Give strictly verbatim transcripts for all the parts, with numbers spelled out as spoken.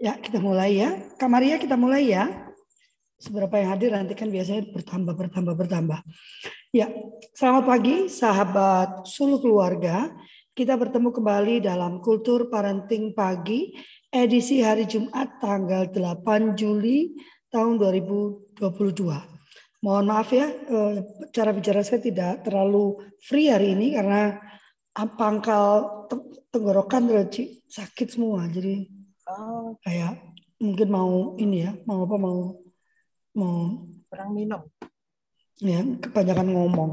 Ya, kita mulai ya. Kak Maria, kita mulai ya. Seberapa yang hadir nanti kan biasanya bertambah, bertambah, bertambah. Ya, selamat pagi sahabat Sulu Keluarga. Kita bertemu kembali dalam Kultur Parenting Pagi, edisi hari Jumat tanggal delapan Juli tahun dua ribu dua puluh dua. Mohon maaf ya, cara bicara saya tidak terlalu free hari ini karena pangkal tenggorokan sakit semua. Jadi Oh, kayak mungkin mau ini ya, mau apa mau mau kurang minum. ya kebanyakan ngomong.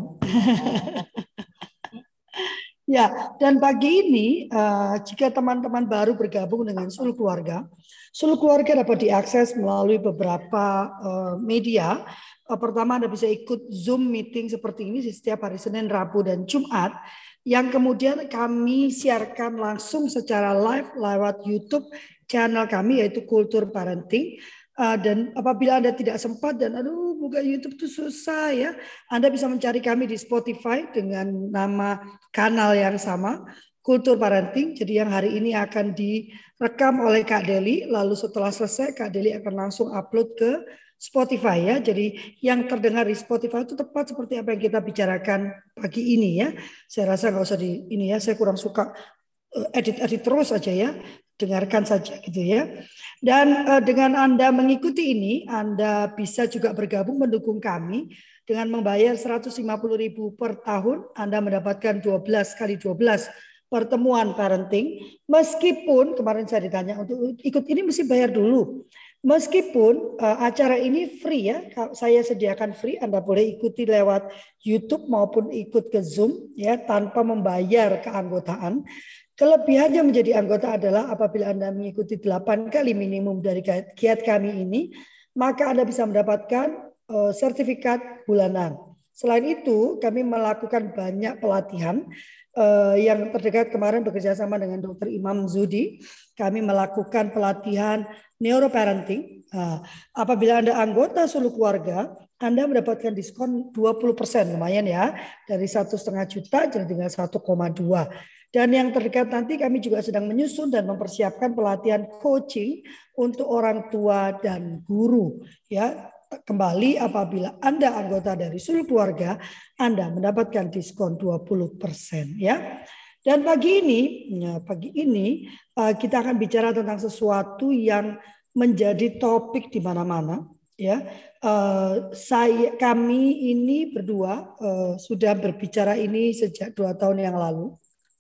Ya, dan pagi ini uh, jika teman-teman baru bergabung dengan Sulu Keluarga, Sulu Keluarga dapat diakses melalui beberapa uh, media. Uh, pertama Anda bisa ikut Zoom meeting seperti ini di setiap hari Senin, Rabu, dan Jumat. Yang kemudian kami siarkan langsung secara live lewat YouTube channel kami yaitu Kultur Parenting. Uh, dan apabila Anda tidak sempat dan aduh buka YouTube itu susah ya, Anda bisa mencari kami di Spotify dengan nama kanal yang sama, Kultur Parenting. Jadi yang hari ini akan direkam oleh Kak Deli, lalu setelah selesai Kak Deli akan langsung upload ke Spotify ya. Jadi yang terdengar di Spotify itu tepat seperti apa yang kita bicarakan pagi ini ya. Saya rasa nggak usah di ini ya, saya kurang suka edit-edit terus aja ya. Dengarkan saja gitu ya. Dan uh, dengan Anda mengikuti ini, Anda bisa juga bergabung mendukung kami dengan membayar seratus lima puluh ribu per tahun. Anda mendapatkan dua belas kali dua belas pertemuan parenting. Meskipun kemarin saya ditanya untuk ikut ini mesti bayar dulu. Meskipun uh, acara ini free ya, saya sediakan free. Anda boleh ikuti lewat YouTube maupun ikut ke Zoom ya tanpa membayar keanggotaan. Kelebihannya menjadi anggota adalah apabila Anda mengikuti delapan kali minimum dari giat kami ini, maka Anda bisa mendapatkan uh, sertifikat bulanan. Selain itu, kami melakukan banyak pelatihan uh, yang terdekat kemarin bekerja sama dengan Dokter Imam Zudi. Kami melakukan pelatihan neuroparenting. Uh, apabila Anda anggota Sulu Keluarga, Anda mendapatkan diskon dua puluh persen, lumayan ya, dari satu setengah juta jadi tinggal satu koma dua. Dan yang terdekat nanti kami juga sedang menyusun dan mempersiapkan pelatihan coaching untuk orang tua dan guru. Ya, kembali apabila Anda anggota dari Sulu Keluarga, Anda mendapatkan diskon dua puluh persen ya. Dan pagi ini, ya, pagi ini kita akan bicara tentang sesuatu yang menjadi topik di mana-mana. Ya, uh, saya kami ini berdua uh, sudah berbicara ini sejak dua tahun yang lalu.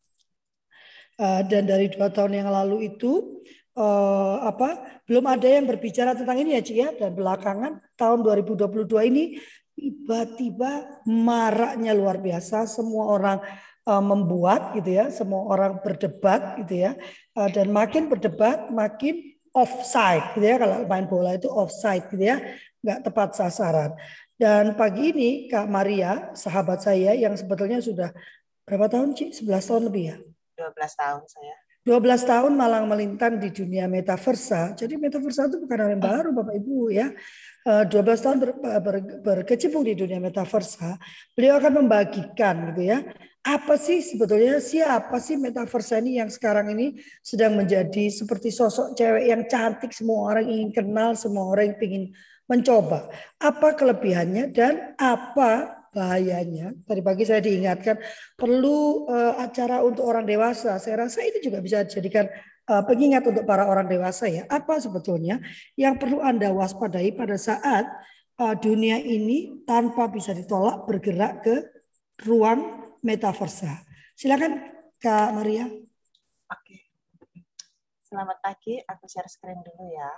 Uh, dan dari dua tahun yang lalu itu uh, apa belum ada yang berbicara tentang ini ya Ci ya, dan belakangan tahun dua ribu dua puluh dua ini tiba-tiba maraknya luar biasa, semua orang uh, membuat gitu ya, semua orang berdebat gitu ya, uh, dan makin berdebat makin offside gitu ya, kalau main bola itu offside gitu ya, nggak tepat sasaran. Dan pagi ini Kak Maria, sahabat saya yang sebetulnya sudah berapa tahun Ci? sebelas tahun lebih ya? dua belas tahun saya. dua belas tahun malang melintang di dunia metaversa. Jadi metaversa itu bukan hal yang baru Bapak Ibu ya. dua belas tahun ber, ber, berkecimpung di dunia metaversa. Beliau akan membagikan gitu ya. Apa sih sebetulnya, siapa sih metaversa ini yang sekarang ini sedang menjadi seperti sosok cewek yang cantik, semua orang ingin kenal, semua orang ingin mencoba. Apa kelebihannya dan apa bahayanya? Tadi pagi saya diingatkan perlu uh, acara untuk orang dewasa. Saya rasa ini juga bisa dijadikan uh, pengingat untuk para orang dewasa ya. Apa sebetulnya yang perlu Anda waspadai pada saat uh, dunia ini tanpa bisa ditolak bergerak ke ruang metaversa. Silakan Kak Maria. Oke. Selamat pagi, aku share screen dulu ya.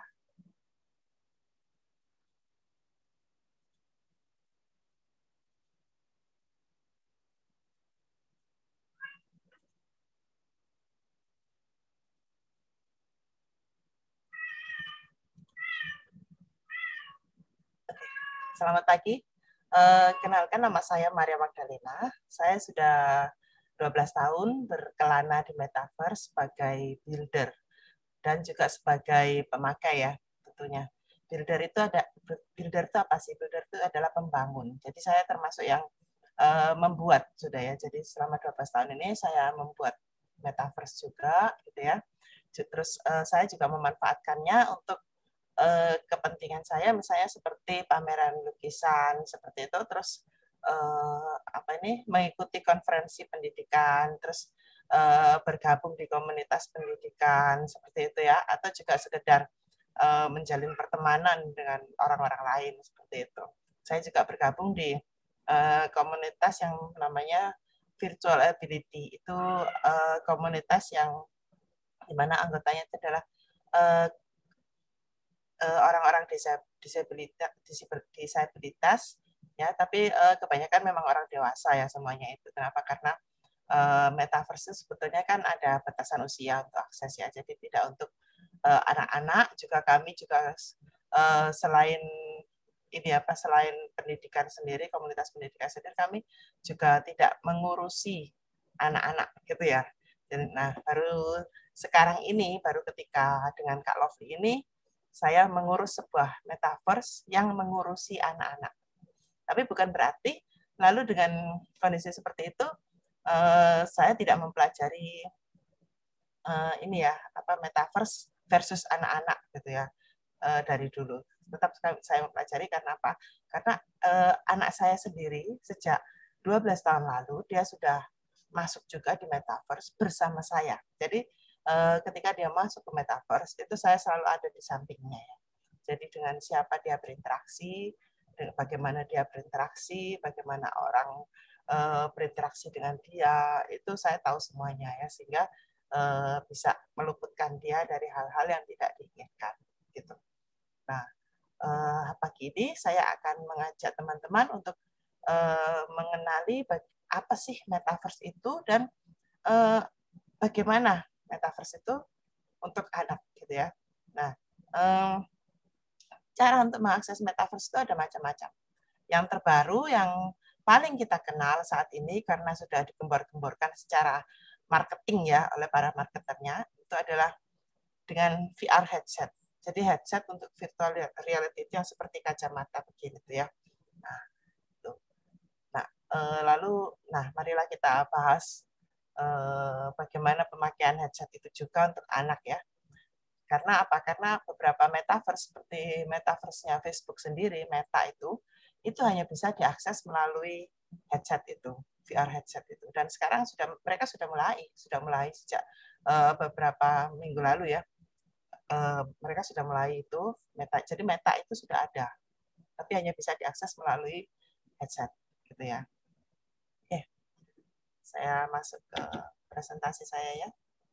Selamat pagi. Uh, kenalkan nama saya Maria Magdalena. Saya sudah dua belas tahun berkelana di Metaverse sebagai builder dan juga sebagai pemakai ya tentunya. Builder itu ada builder itu apa sih? Builder itu adalah pembangun. Jadi saya termasuk yang uh, membuat sudah ya. Jadi selama dua belas tahun ini saya membuat Metaverse juga gitu ya. Terus uh, saya juga memanfaatkannya untuk uh, kepentingan saya, misalnya seperti pameran lukisan seperti itu, terus uh, apa ini mengikuti konferensi pendidikan, terus uh, bergabung di komunitas pendidikan seperti itu ya, atau juga sekedar uh, menjalin pertemanan dengan orang-orang lain seperti itu. Saya juga bergabung di uh, komunitas yang namanya Virtual Ability, itu uh, komunitas yang di mana anggotanya itu adalah uh, uh, orang-orang disabilitas, disabilitas ya, tapi uh, kebanyakan memang orang dewasa ya semuanya itu. Kenapa? Karena uh, metaverse itu sebetulnya kan ada batasan usia untuk akses ya, jadi tidak untuk uh, anak-anak. Juga kami juga uh, selain ini apa selain pendidikan sendiri, komunitas pendidikan sendiri, kami juga tidak mengurusi anak-anak gitu ya. Dan nah baru sekarang ini, baru ketika dengan Kak Lovely ini, saya mengurus sebuah metaverse yang mengurusi anak-anak. Tapi bukan berarti lalu dengan kondisi seperti itu uh, saya tidak mempelajari uh, ini ya apa metaverse versus anak-anak gitu ya uh, dari dulu. Tetap saya mempelajari karena apa? Karena uh, anak saya sendiri sejak dua belas tahun lalu dia sudah masuk juga di metaverse bersama saya. Jadi uh, ketika dia masuk ke metaverse itu saya selalu ada di sampingnya ya. Jadi dengan siapa dia berinteraksi, dengan bagaimana dia berinteraksi, bagaimana orang uh, berinteraksi dengan dia, itu saya tahu semuanya ya, sehingga uh, bisa meluputkan dia dari hal-hal yang tidak diinginkan gitu. Nah, uh, pagi ini saya akan mengajak teman-teman untuk uh, mengenali apa sih metaverse itu dan uh, bagaimana metaverse itu untuk anak gitu ya. Nah, um, cara untuk mengakses metaverse itu ada macam-macam. Yang terbaru, yang paling kita kenal saat ini karena sudah digembor-gemborkan secara marketing ya oleh para marketernya, itu adalah dengan V R headset. Jadi headset untuk virtual reality itu yang seperti kacamata begini tuh ya. Nah, itu. Nah, lalu, nah marilah kita bahas bagaimana pemakaian headset itu juga untuk anak ya. Karena apa? Karena beberapa metaverse seperti metaverse-nya Facebook sendiri, Meta itu, itu hanya bisa diakses melalui headset itu, V R headset itu. Dan sekarang sudah mereka sudah mulai, sudah mulai sejak uh, beberapa minggu lalu ya. Uh, mereka sudah mulai itu Meta. Jadi Meta itu sudah ada, tapi hanya bisa diakses melalui headset, gitu ya. Oke, saya masuk ke presentasi saya ya.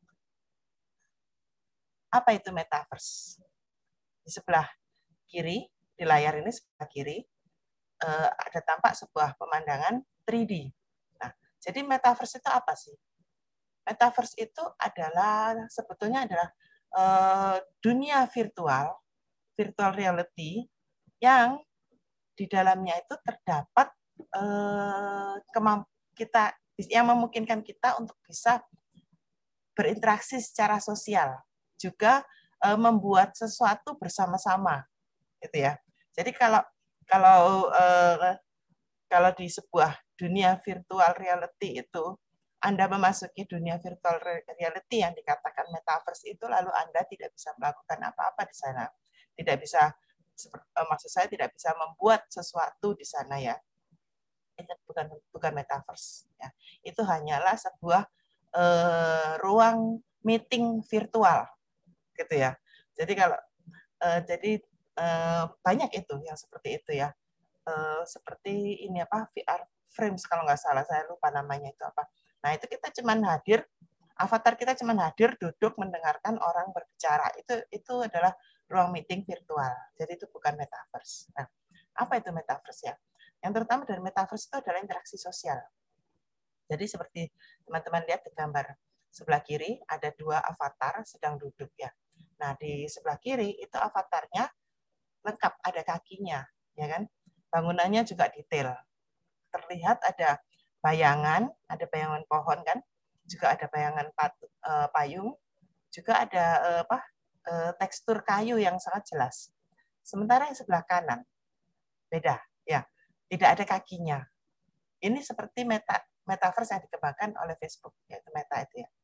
Apa itu metaverse? Di sebelah kiri, di layar ini sebelah kiri, ada tampak sebuah pemandangan tiga D. Nah, jadi metaverse itu apa sih? Metaverse itu adalah, sebetulnya adalah uh, dunia virtual, virtual reality, yang di dalamnya itu terdapat uh, kemamp kita yang memungkinkan kita untuk bisa berinteraksi secara sosial, juga uh, membuat sesuatu bersama-sama, gitu ya. Jadi kalau kalau uh, kalau di sebuah dunia virtual reality itu, Anda memasuki dunia virtual reality yang dikatakan metaverse itu, lalu Anda tidak bisa melakukan apa-apa di sana. Tidak bisa, maksud saya tidak bisa membuat sesuatu di sana ya. Itu bukan bukan metaverse. Ya. Itu hanyalah sebuah uh, ruang meeting virtual, gitu ya. Jadi kalau uh, jadi uh, banyak itu yang seperti itu ya. Uh, seperti ini apa V R frames kalau nggak salah, saya lupa namanya itu apa. Nah itu kita cuman hadir, avatar kita cuman hadir duduk mendengarkan orang berbicara. Itu itu adalah ruang meeting virtual. Jadi itu bukan metaverse. Nah, apa itu metaverse ya? Yang terutama dari metaverse itu adalah interaksi sosial. Jadi seperti teman-teman lihat di gambar sebelah kiri ada dua avatar sedang duduk ya. Nah di sebelah kiri itu avatarnya lengkap, ada kakinya, ya kan? Bangunannya juga detail. Terlihat ada bayangan, ada bayangan pohon kan, juga ada bayangan patu, uh, payung, juga ada uh, apa uh, tekstur kayu yang sangat jelas. Sementara yang sebelah kanan beda, ya, tidak ada kakinya. Ini seperti meta metaverse yang dikembangkan oleh Facebook, yaitu Meta itu ya.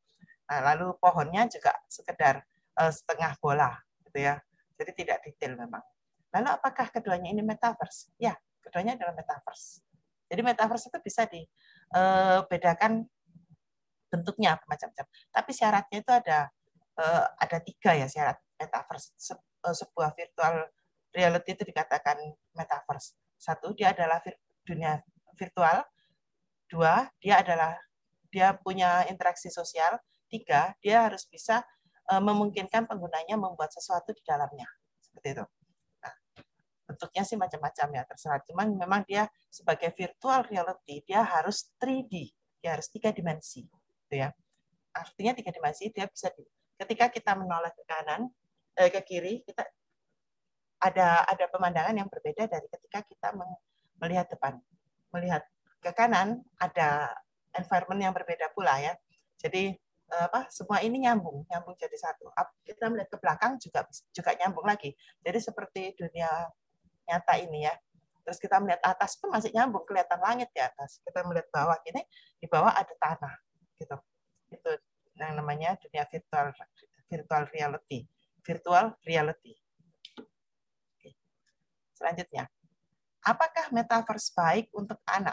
Nah, lalu pohonnya juga sekedar uh, setengah bola, gitu ya. Jadi tidak detail memang. Lalu apakah keduanya ini metaverse? Ya, keduanya adalah metaverse. Jadi metaverse itu bisa dibedakan bentuknya macam-macam. Tapi syaratnya itu ada uh, ada tiga ya syarat metaverse. Se uh, sebuah virtual reality itu dikatakan metaverse. Satu, dia adalah vir dunia virtual. Dua, dia adalah dia punya interaksi sosial. Tiga, dia harus bisa uh, memungkinkan penggunanya membuat sesuatu di dalamnya. Seperti itu. Nah, bentuknya sih macam-macam ya, terserah. Cuman memang dia sebagai virtual reality, dia harus tiga D, dia harus tiga dimensi. Gitu ya. Artinya tiga dimensi, dia bisa di, ketika kita menoleh ke kanan, eh, ke kiri, kita ada ada pemandangan yang berbeda dari ketika kita melihat depan. Melihat ke kanan, ada environment yang berbeda pula ya. Jadi apa semua ini nyambung nyambung jadi satu. Kita melihat ke belakang juga juga nyambung lagi. Jadi seperti dunia nyata ini ya. Terus kita melihat atas pun masih nyambung, kelihatan langit di atas. Kita melihat bawah ini, di bawah ada tanah gitu. Itu yang namanya dunia virtual virtual reality. Virtual reality. Oke. Selanjutnya, apakah metaverse baik untuk anak?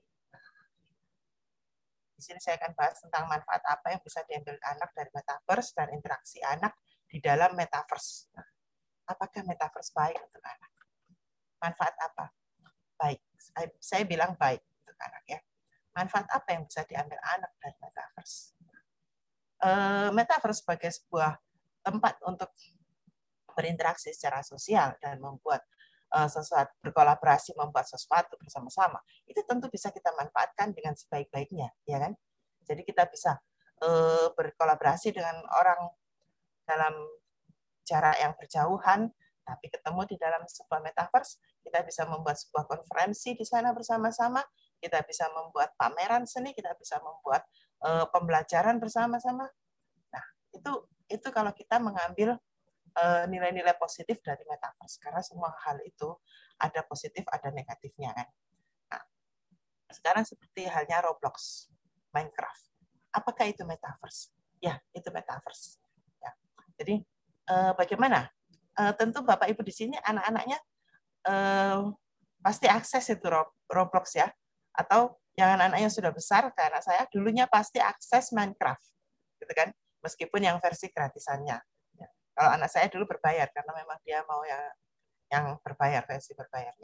Di sini saya akan bahas tentang manfaat apa yang bisa diambil anak dari metaverse dan interaksi anak di dalam metaverse. Nah, apakah metaverse baik untuk anak? Manfaat apa? Baik. Saya bilang baik untuk anak ya. Manfaat apa yang bisa diambil anak dari metaverse? Metaverse sebagai sebuah tempat untuk berinteraksi secara sosial dan membuat sesuatu, berkolaborasi membuat sesuatu bersama-sama, itu tentu bisa kita manfaatkan dengan sebaik-baiknya, ya kan? Jadi kita bisa uh, berkolaborasi dengan orang dalam jarak yang berjauhan, tapi ketemu di dalam sebuah metaverse, kita bisa membuat sebuah konferensi di sana bersama-sama, kita bisa membuat pameran seni, kita bisa membuat uh, pembelajaran bersama-sama. Nah, itu itu kalau kita mengambil nilai-nilai positif dari metaverse, karena semua hal itu ada positif, ada negatifnya kan. Nah, sekarang seperti halnya Roblox, Minecraft. Apakah itu metaverse? Ya, itu metaverse. Ya. Jadi eh, bagaimana? Eh, tentu Bapak Ibu di sini anak-anaknya eh, pasti akses itu Roblox ya, atau yang anak-anaknya sudah besar, karena saya dulunya pasti akses Minecraft, gitu kan? Meskipun yang versi gratisannya. Kalau anak saya dulu berbayar karena memang dia mau yang yang berbayar, versi berbayarnya.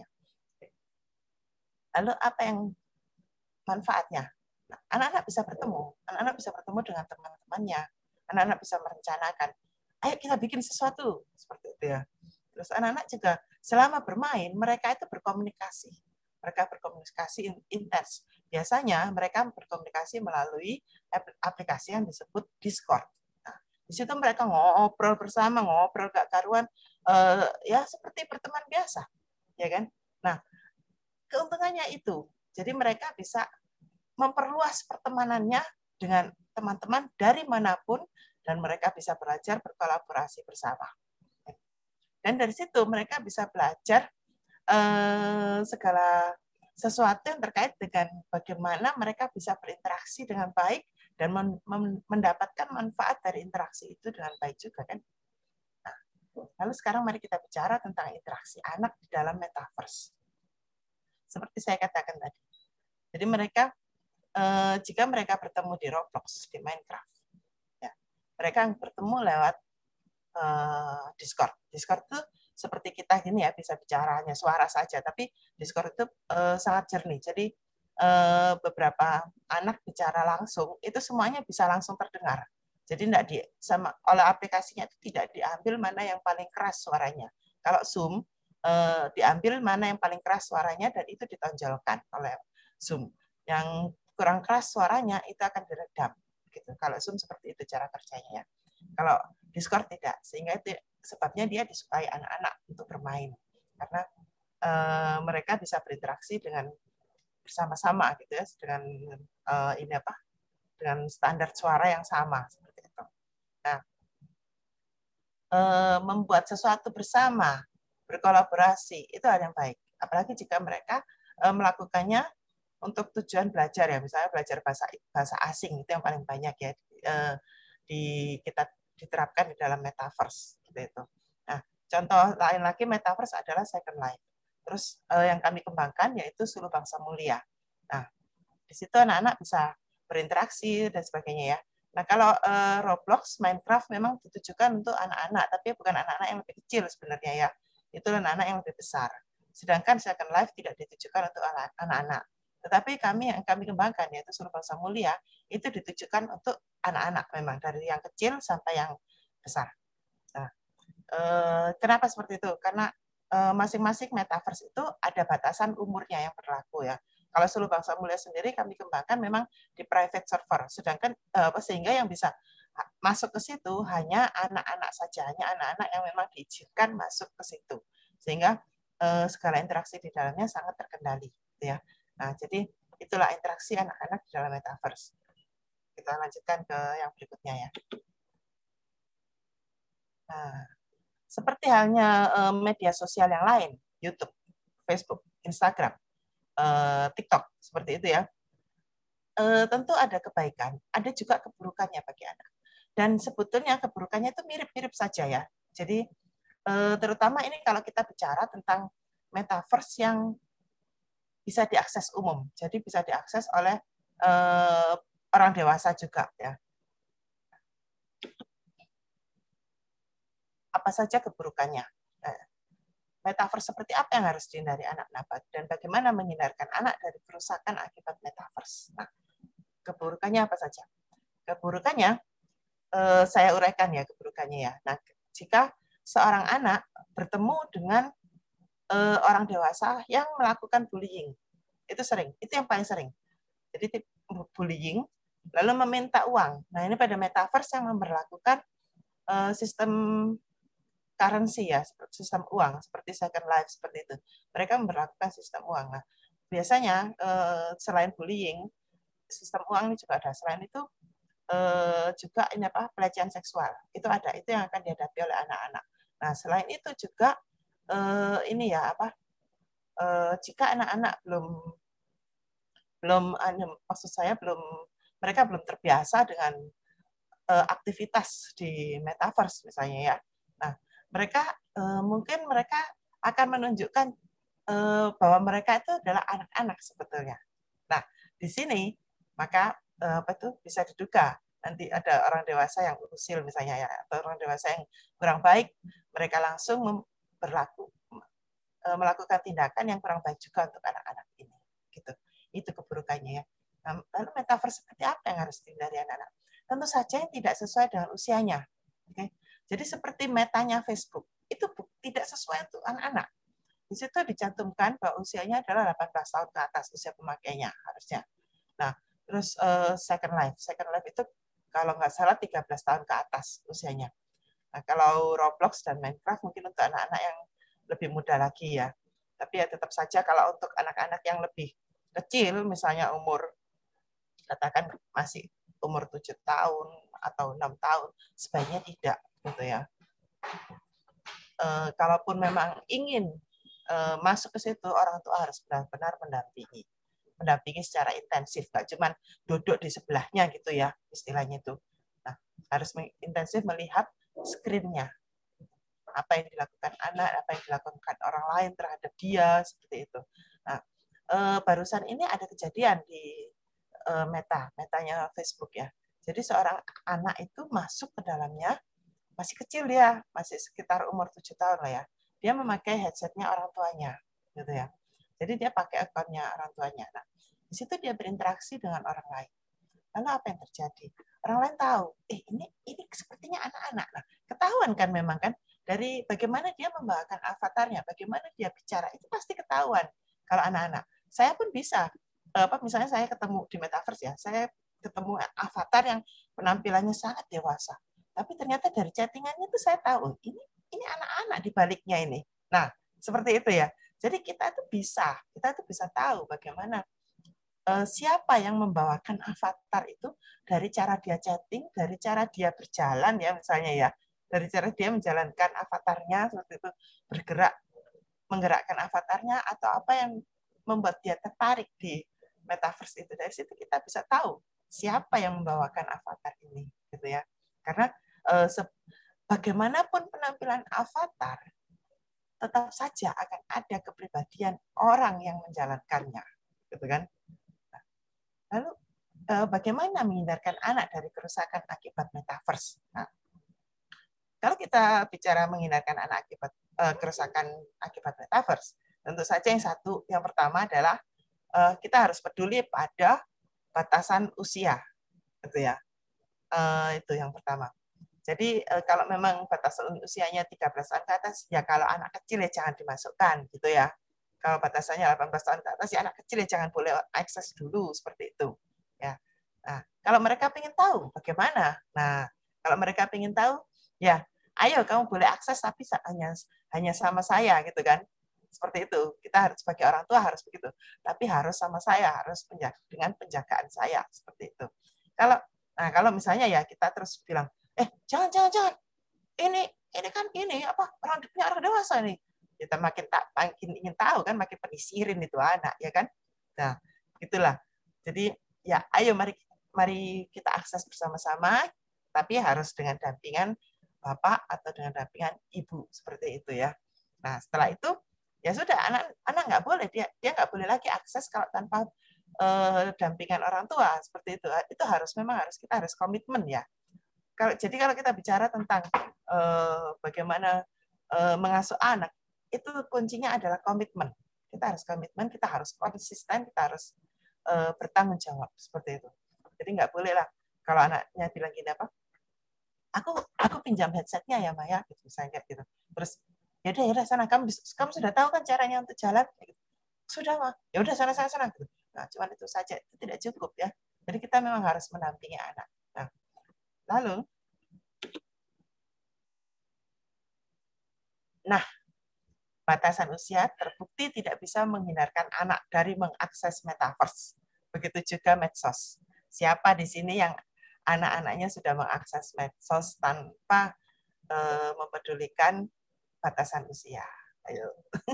Lalu apa yang manfaatnya? Nah, anak-anak bisa bertemu, anak-anak bisa bertemu dengan teman-temannya, anak-anak bisa merencanakan, ayo kita bikin sesuatu seperti itu ya. Terus anak-anak juga selama bermain mereka itu berkomunikasi, mereka berkomunikasi intens. Biasanya mereka berkomunikasi melalui aplikasi yang disebut Discord. Di situ mereka ngobrol bersama, ngobrol gak karuan, uh, ya seperti berteman biasa, ya kan? Nah, keuntungannya itu, jadi mereka bisa memperluas pertemanannya dengan teman-teman dari manapun, dan mereka bisa belajar berkolaborasi bersama. Dan dari situ mereka bisa belajar uh, segala sesuatu yang terkait dengan bagaimana mereka bisa berinteraksi dengan baik dan mendapatkan manfaat dari interaksi itu dengan baik juga kan. Nah, lalu sekarang mari kita bicara tentang interaksi anak di dalam metaverse. Seperti saya katakan tadi. Jadi mereka eh, jika mereka bertemu di Roblox, di Minecraft, ya, mereka bertemu lewat eh, Discord. Discord itu seperti kita gini ya, bisa bicara hanya suara saja, tapi Discord itu eh, sangat jernih. Jadi beberapa anak bicara langsung, itu semuanya bisa langsung terdengar. Jadi tidak di sama oleh aplikasinya itu tidak diambil mana yang paling keras suaranya. Kalau Zoom eh, diambil mana yang paling keras suaranya dan itu ditonjolkan oleh Zoom. Yang kurang keras suaranya itu akan diredam. Gitu. Kalau Zoom seperti itu cara kerjanya. Kalau Discord tidak, sehingga itu sebabnya dia disukai anak-anak untuk bermain karena eh, mereka bisa berinteraksi dengan bersama-sama gitu ya dengan uh, ini apa dengan standar suara yang sama seperti itu. Nah, uh, membuat sesuatu bersama, berkolaborasi itu hal yang baik. Apalagi jika mereka uh, melakukannya untuk tujuan belajar ya, misalnya belajar bahasa bahasa asing itu yang paling banyak ya. Uh, di kita diterapkan di dalam metaverse gitu itu. Nah, contoh lain lagi metaverse adalah Second Life. Terus eh, yang kami kembangkan yaitu Suluh Bangsa Mulia. Nah, di situ anak-anak bisa berinteraksi dan sebagainya ya. Nah, kalau eh, Roblox, Minecraft memang ditujukan untuk anak-anak, tapi bukan anak-anak yang lebih kecil sebenarnya ya. Itu anak-anak yang lebih besar. Sedangkan Second Life tidak ditujukan untuk anak-anak. Tetapi kami yang kami kembangkan yaitu Suluh Bangsa Mulia itu ditujukan untuk anak-anak memang dari yang kecil sampai yang besar. Nah, eh, kenapa seperti itu? Karena eh, masing-masing metaverse itu ada batasan umurnya yang berlaku ya. Kalau Suluh Bangsa Mulia sendiri kami kembangkan memang di private server, sedangkan eh, sehingga yang bisa masuk ke situ hanya anak-anak saja, hanya anak-anak yang memang diizinkan masuk ke situ, sehingga eh, segala interaksi di dalamnya sangat terkendali, gitu ya. Nah, jadi itulah interaksi anak-anak di dalam metaverse. Kita lanjutkan ke yang berikutnya ya. Nah, seperti halnya eh, media sosial yang lain, YouTube, Facebook, Instagram, eh, TikTok, seperti itu ya. Eh, tentu ada kebaikan, ada juga keburukannya bagi anak. Dan sebetulnya keburukannya itu mirip-mirip saja ya. Jadi eh, terutama ini kalau kita bicara tentang metaverse yang bisa diakses umum, jadi bisa diakses oleh eh, orang dewasa juga ya. Apa saja keburukannya? Nah, metaverse seperti apa yang harus dihindari anak-anak dan bagaimana menghindarkan anak dari kerusakan akibat metaverse? Nah, keburukannya apa saja? Keburukannya eh, saya uraikan ya keburukannya ya. Nah, jika seorang anak bertemu dengan eh, orang dewasa yang melakukan bullying, itu sering, itu yang paling sering. Jadi bullying, lalu meminta uang. Nah, ini pada metaverse yang memperlakukan eh, sistem currency ya, sistem uang seperti Second Life seperti itu. Mereka memperlakukan sistem uang. Nah, biasanya eh, selain bullying, sistem uang ini juga ada. Selain itu eh, juga ini apa pelecehan seksual itu ada, itu yang akan dihadapi oleh anak-anak. Nah, selain itu juga eh, ini ya apa eh, jika anak-anak belum belum maksud saya belum mereka belum terbiasa dengan eh, aktivitas di metaverse misalnya ya. Nah, mereka eh, mungkin mereka akan menunjukkan eh, bahwa mereka itu adalah anak-anak sebetulnya. Nah, di sini maka eh, apa itu bisa diduga nanti ada orang dewasa yang usil misalnya ya, atau orang dewasa yang kurang baik, mereka langsung berlaku eh, melakukan tindakan yang kurang baik juga untuk anak-anak ini. Gitu. Itu keburukannya ya. Nah, lalu metaverse seperti apa yang harus dihindari anak-anak? Tentu saja yang tidak sesuai dengan usianya. Oke. Jadi seperti metanya Facebook, itu tidak sesuai untuk anak-anak. Di situ dicantumkan bahwa usianya adalah delapan belas tahun ke atas, usia pemakainya harusnya. Nah, terus uh, Second Life. Second Life itu kalau nggak salah tiga belas tahun ke atas usianya. Nah, kalau Roblox dan Minecraft mungkin untuk anak-anak yang lebih muda lagi ya. Tapi ya tetap saja kalau untuk anak-anak yang lebih kecil, misalnya umur, katakan masih umur tujuh tahun atau enam tahun, sebaiknya tidak. Gitu ya. Uh, kalaupun memang ingin uh, masuk ke situ, orang tua harus benar-benar mendampingi. Mendampingi secara intensif, nggak cuma duduk di sebelahnya gitu ya, istilahnya itu. Nah, harus intensif melihat screen-nya. Apa yang dilakukan anak, apa yang dilakukan orang lain terhadap dia, seperti itu. Nah, eh, barusan ini ada kejadian di eh, Meta, Metanya Facebook ya. Jadi seorang anak itu masuk ke dalamnya, masih kecil dia, masih sekitar umur tujuh tahun lah ya. Dia memakai headsetnya orang tuanya, gitu ya. Jadi dia pakai akunnya orang tuanya. Nah, di situ dia berinteraksi dengan orang lain. Lalu apa yang terjadi? Orang lain tahu, eh ini ini sepertinya anak-anak. Nah, ketahuan kan memang kan dari bagaimana dia membawakan avatarnya, bagaimana dia bicara, itu pasti ketahuan kalau anak-anak. Saya pun bisa, apa misalnya saya ketemu di metaverse ya, saya ketemu avatar yang penampilannya sangat dewasa. Tapi ternyata dari chattingannya itu saya tahu, ini ini anak-anak di baliknya ini. Nah, seperti itu ya. Jadi kita itu bisa, kita itu bisa tahu bagaimana uh, siapa yang membawakan avatar itu dari cara dia chatting, dari cara dia berjalan ya misalnya ya, dari cara dia menjalankan avatarnya seperti itu, bergerak, menggerakkan avatarnya atau apa yang membuat dia tertarik di metaverse itu. Dari situ kita bisa tahu siapa yang membawakan avatar ini, gitu ya. Karena eh, bagaimanapun penampilan avatar, tetap saja akan ada kepribadian orang yang menjalankannya, gitu kan? Nah, lalu eh, bagaimana menghindarkan anak dari kerusakan akibat metaverse? Nah, kalau kita bicara menghindarkan anak akibat eh, kerusakan akibat metaverse, tentu saja yang satu, yang pertama adalah eh, kita harus peduli pada batasan usia, gitu ya. Eh, itu yang pertama. Jadi kalau memang batasan usianya tiga belas tahun ke atas, ya kalau anak kecil ya jangan dimasukkan, gitu ya. Kalau batasannya delapan belas tahun ke atas, ya anak kecil ya jangan boleh akses dulu, seperti itu. Ya. Nah, kalau mereka ingin tahu bagaimana, nah kalau mereka ingin tahu, ya ayo kamu boleh akses, tapi hanya hanya sama saya, gitu kan. Seperti itu. Kita harus sebagai orang tua harus begitu. Tapi harus sama saya, harus dengan penjagaan saya, seperti itu. Kalau nah kalau misalnya ya kita terus bilang, eh jangan jangan jangan ini ini kan ini apa orang punya orang dewasa nih, kita makin tak makin ingin tahu kan, makin penisirin itu anak, ya kan. Nah itulah, jadi ya ayo mari mari kita akses bersama-sama, tapi harus dengan dampingan bapak atau dengan dampingan ibu, seperti itu ya. Nah setelah itu ya sudah, anak anak nggak boleh dia dia nggak boleh lagi akses kalau tanpa eh, dampingan orang tua, seperti itu. Itu harus memang harus kita harus komitmen ya. Kalau jadi kalau kita bicara tentang eh, bagaimana eh, mengasuh anak, itu kuncinya adalah komitmen. Kita harus komitmen, kita harus konsisten, kita harus eh, bertanggung jawab, seperti itu. Jadi nggak boleh lah kalau anaknya bilang gini apa, aku aku pinjam headsetnya ya Maya, gitu misalnya gitu. Terus ya udah ya udah sana, kamu kamu sudah tahu kan caranya untuk jalan, gitu. Sudah mah, ya udah sana sana sana gitu. Nah cuman itu saja, itu tidak cukup ya. Jadi kita memang harus mendampingi anak. Nah, lalu Nah, batasan usia terbukti tidak bisa menghindarkan anak dari mengakses metaverse. Begitu juga medsos. Siapa di sini yang anak-anaknya sudah mengakses medsos tanpa eh, mempedulikan batasan usia? Ayo.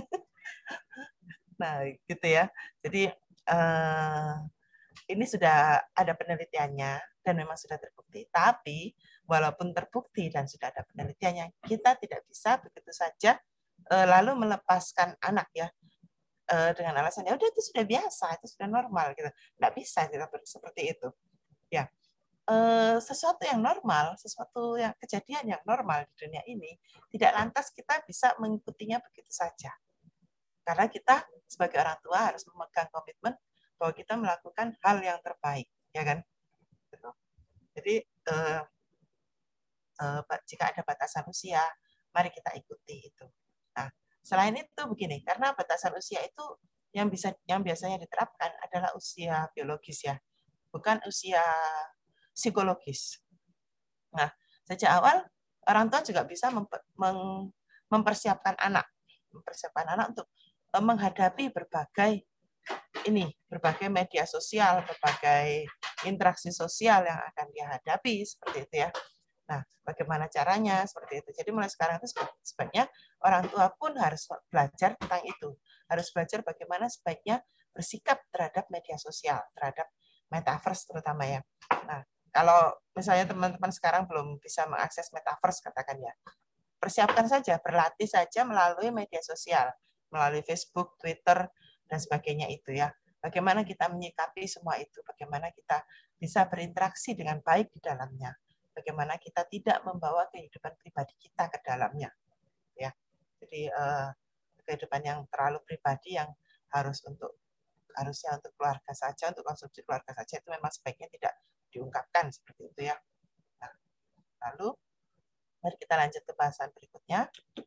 Nah, gitu ya. Jadi eh, ini sudah ada penelitiannya dan memang sudah terbukti. Tapi walaupun terbukti dan sudah ada penelitiannya, kita tidak bisa begitu saja lalu melepaskan anak ya dengan alasan ya udah itu sudah biasa, itu sudah normal gitu. Nggak bisa kita seperti itu. Ya, sesuatu yang normal, sesuatu yang kejadian yang normal di dunia ini tidak lantas kita bisa mengikutinya begitu saja. Karena kita sebagai orang tua harus memegang komitmen bahwa kita melakukan hal yang terbaik, ya kan? Jadi eh, eh, jika ada batasan usia, mari kita ikuti itu. Nah, selain itu begini, karena batasan usia itu yang bisa yang biasanya diterapkan adalah usia biologis ya, bukan usia psikologis. Nah, sejak awal orang tua juga bisa mempersiapkan anak, mempersiapkan anak untuk menghadapi berbagai ini, berbagai media sosial, berbagai interaksi sosial yang akan dihadapi, seperti itu ya. Nah, bagaimana caranya seperti itu. Jadi mulai sekarang itu sebaiknya orang tua pun harus belajar tentang itu. Harus belajar bagaimana sebaiknya bersikap terhadap media sosial, terhadap metaverse terutama ya. Nah, kalau misalnya teman-teman sekarang belum bisa mengakses metaverse, katakan ya, persiapkan saja, berlatih saja melalui media sosial, melalui Facebook, Twitter, dan sebagainya itu ya. Bagaimana kita menyikapi semua itu, bagaimana kita bisa berinteraksi dengan baik di dalamnya, bagaimana kita tidak membawa kehidupan pribadi kita ke dalamnya, ya. Jadi eh, kehidupan yang terlalu pribadi yang harus untuk harusnya untuk keluarga saja, untuk konsumsi keluarga saja, itu memang sebaiknya tidak diungkapkan seperti itu ya. Nah, lalu mari kita lanjut ke bahasan berikutnya.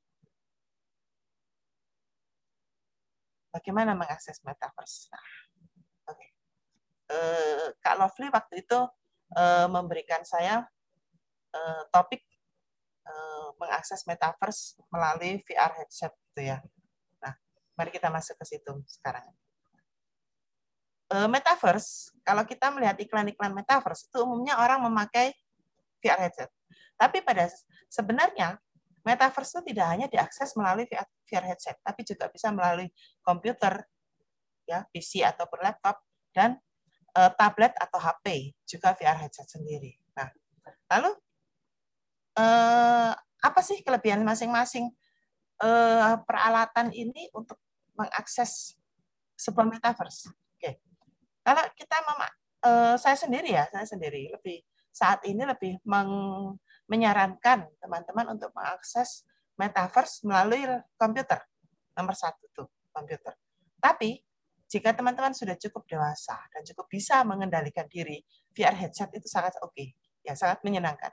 Bagaimana mengakses metaverse? Nah, oke. Okay. Eh, Kak Lovely waktu itu eh, memberikan saya eh, topik eh, mengakses metaverse melalui V R headset gitu ya. Nah, mari kita masuk ke situ sekarang. Eh, metaverse, kalau kita melihat iklan-iklan metaverse itu umumnya orang memakai V R headset. Tapi pada sebenarnya metaverse itu tidak hanya diakses melalui V R headset, tapi juga bisa melalui komputer, ya, P C ataupun laptop, dan uh, tablet atau H P, juga V R headset sendiri. Nah, lalu eh, apa sih kelebihan masing-masing eh, peralatan ini untuk mengakses sebuah metaverse. Oke. Kalau kita mama, eh, saya sendiri ya, saya sendiri lebih saat ini lebih meng, menyarankan teman-teman untuk mengakses metaverse melalui komputer. Nomor satu tuh komputer. Tapi jika teman-teman sudah cukup dewasa dan cukup bisa mengendalikan diri, V R headset itu sangat oke, okay. Ya sangat menyenangkan.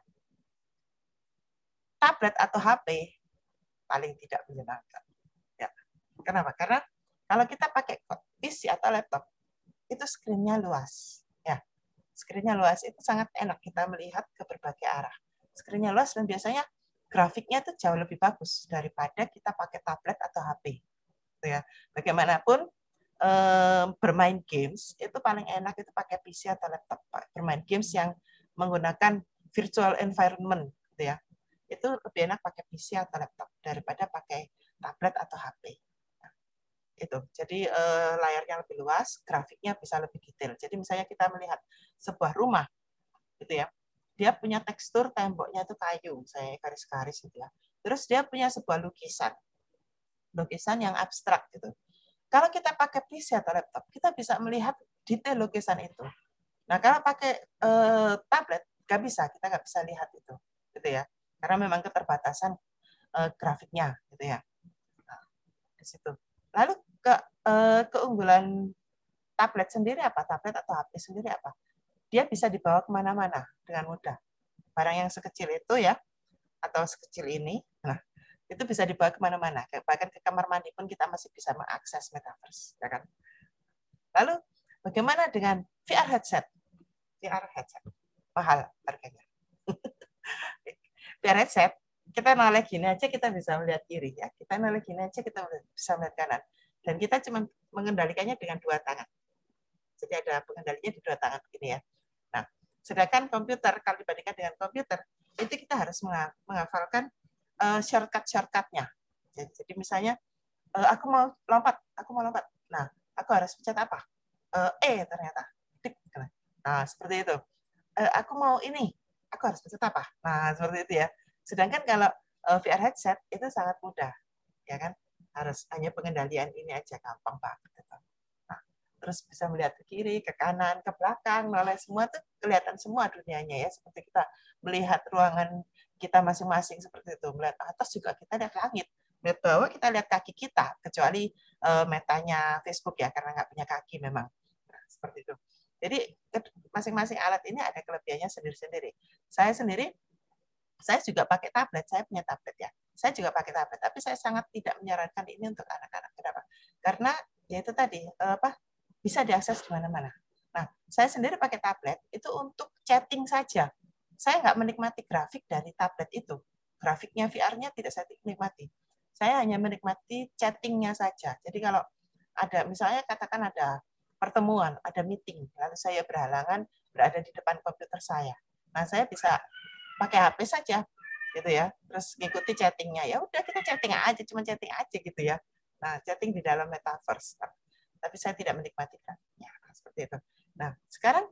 Tablet atau H P paling tidak menyenangkan. Ya. Kenapa? Karena kalau kita pakai P C atau laptop, itu screen-nya luas. Ya, screen-nya luas itu sangat enak kita melihat ke berbagai arah. Screen-nya luas dan biasanya grafiknya itu jauh lebih bagus daripada kita pakai tablet atau H P. Ya, bagaimanapun eh, bermain games itu paling enak itu pakai P C atau laptop. Bermain games yang menggunakan virtual environment, gitu ya. Itu lebih enak pakai P C atau laptop daripada pakai tablet atau H P. Itu. Jadi eh, layarnya lebih luas, grafiknya bisa lebih detail. Jadi misalnya kita melihat sebuah rumah, gitu ya, dia punya tekstur temboknya itu kayu, saya garis-garis gitu ya. Terus dia punya sebuah lukisan, lukisan yang abstrak gitu. Kalau kita pakai P C atau laptop, kita bisa melihat detail lukisan itu. Nah kalau pakai eh, tablet, nggak bisa, kita nggak bisa lihat itu, gitu ya, karena memang keterbatasan eh, grafiknya, gitu ya. Nah, di situ. Lalu ke eh, keunggulan tablet sendiri apa? Tablet atau H P sendiri apa? Dia bisa dibawa kemana-mana dengan mudah. Barang yang sekecil itu ya, atau sekecil ini, nah itu bisa dibawa kemana-mana. Bahkan ke kamar mandi pun kita masih bisa mengakses metaverse, ya kan? Lalu bagaimana dengan V R headset? V R headset mahal harganya. V R headset kita noleh gini aja kita bisa melihat kiri ya. Kita noleh gini aja kita bisa melihat kanan. Dan kita cuma mengendalikannya dengan dua tangan. Jadi ada pengendalinya di dua tangan begini ya. Nah, sedangkan komputer kalau dibandingkan dengan komputer itu kita harus menghafalkan uh, shortcut-shortcutnya. Jadi, jadi misalnya uh, aku mau lompat, aku mau lompat. Nah, aku harus pencet apa? Uh, E ternyata. Nah, seperti itu. Uh, aku mau ini, aku harus pencet apa? Nah, seperti itu ya. Sedangkan kalau uh, V R headset itu sangat mudah, ya kan? Harus hanya pengendalian ini aja gampang banget. Nah, terus bisa melihat ke kiri, ke kanan, ke belakang, oleh semua tuh kelihatan semua dunianya ya. Seperti kita melihat ruangan kita masing-masing seperti itu. Melihat atas juga kita lihat langit. Melihat bawah kita lihat kaki kita, kecuali uh, metanya Facebook ya, karena nggak punya kaki memang. Nah, seperti itu. Jadi masing-masing alat ini ada kelebihannya sendiri-sendiri. Saya sendiri, saya juga pakai tablet. Saya punya tablet ya. Saya juga pakai tablet, tapi saya sangat tidak menyarankan ini untuk anak-anak. Kenapa? Karena ya itu tadi apa? Bisa diakses di mana-mana. Nah, saya sendiri pakai tablet itu untuk chatting saja. Saya nggak menikmati grafik dari tablet itu. Grafiknya V R-nya tidak saya nikmati. Saya hanya menikmati chatting-nya saja. Jadi kalau ada, misalnya katakan ada pertemuan, ada meeting, lalu saya berhalangan berada di depan komputer saya. Nah, saya bisa pakai H P saja, gitu ya. Terus ngikuti chatting-nya. Ya udah kita chatting aja, cuma chatting aja gitu ya. Nah, chatting di dalam metaverse. Tapi saya tidak menikmati grafiknya. Nah, seperti itu. Nah, sekarang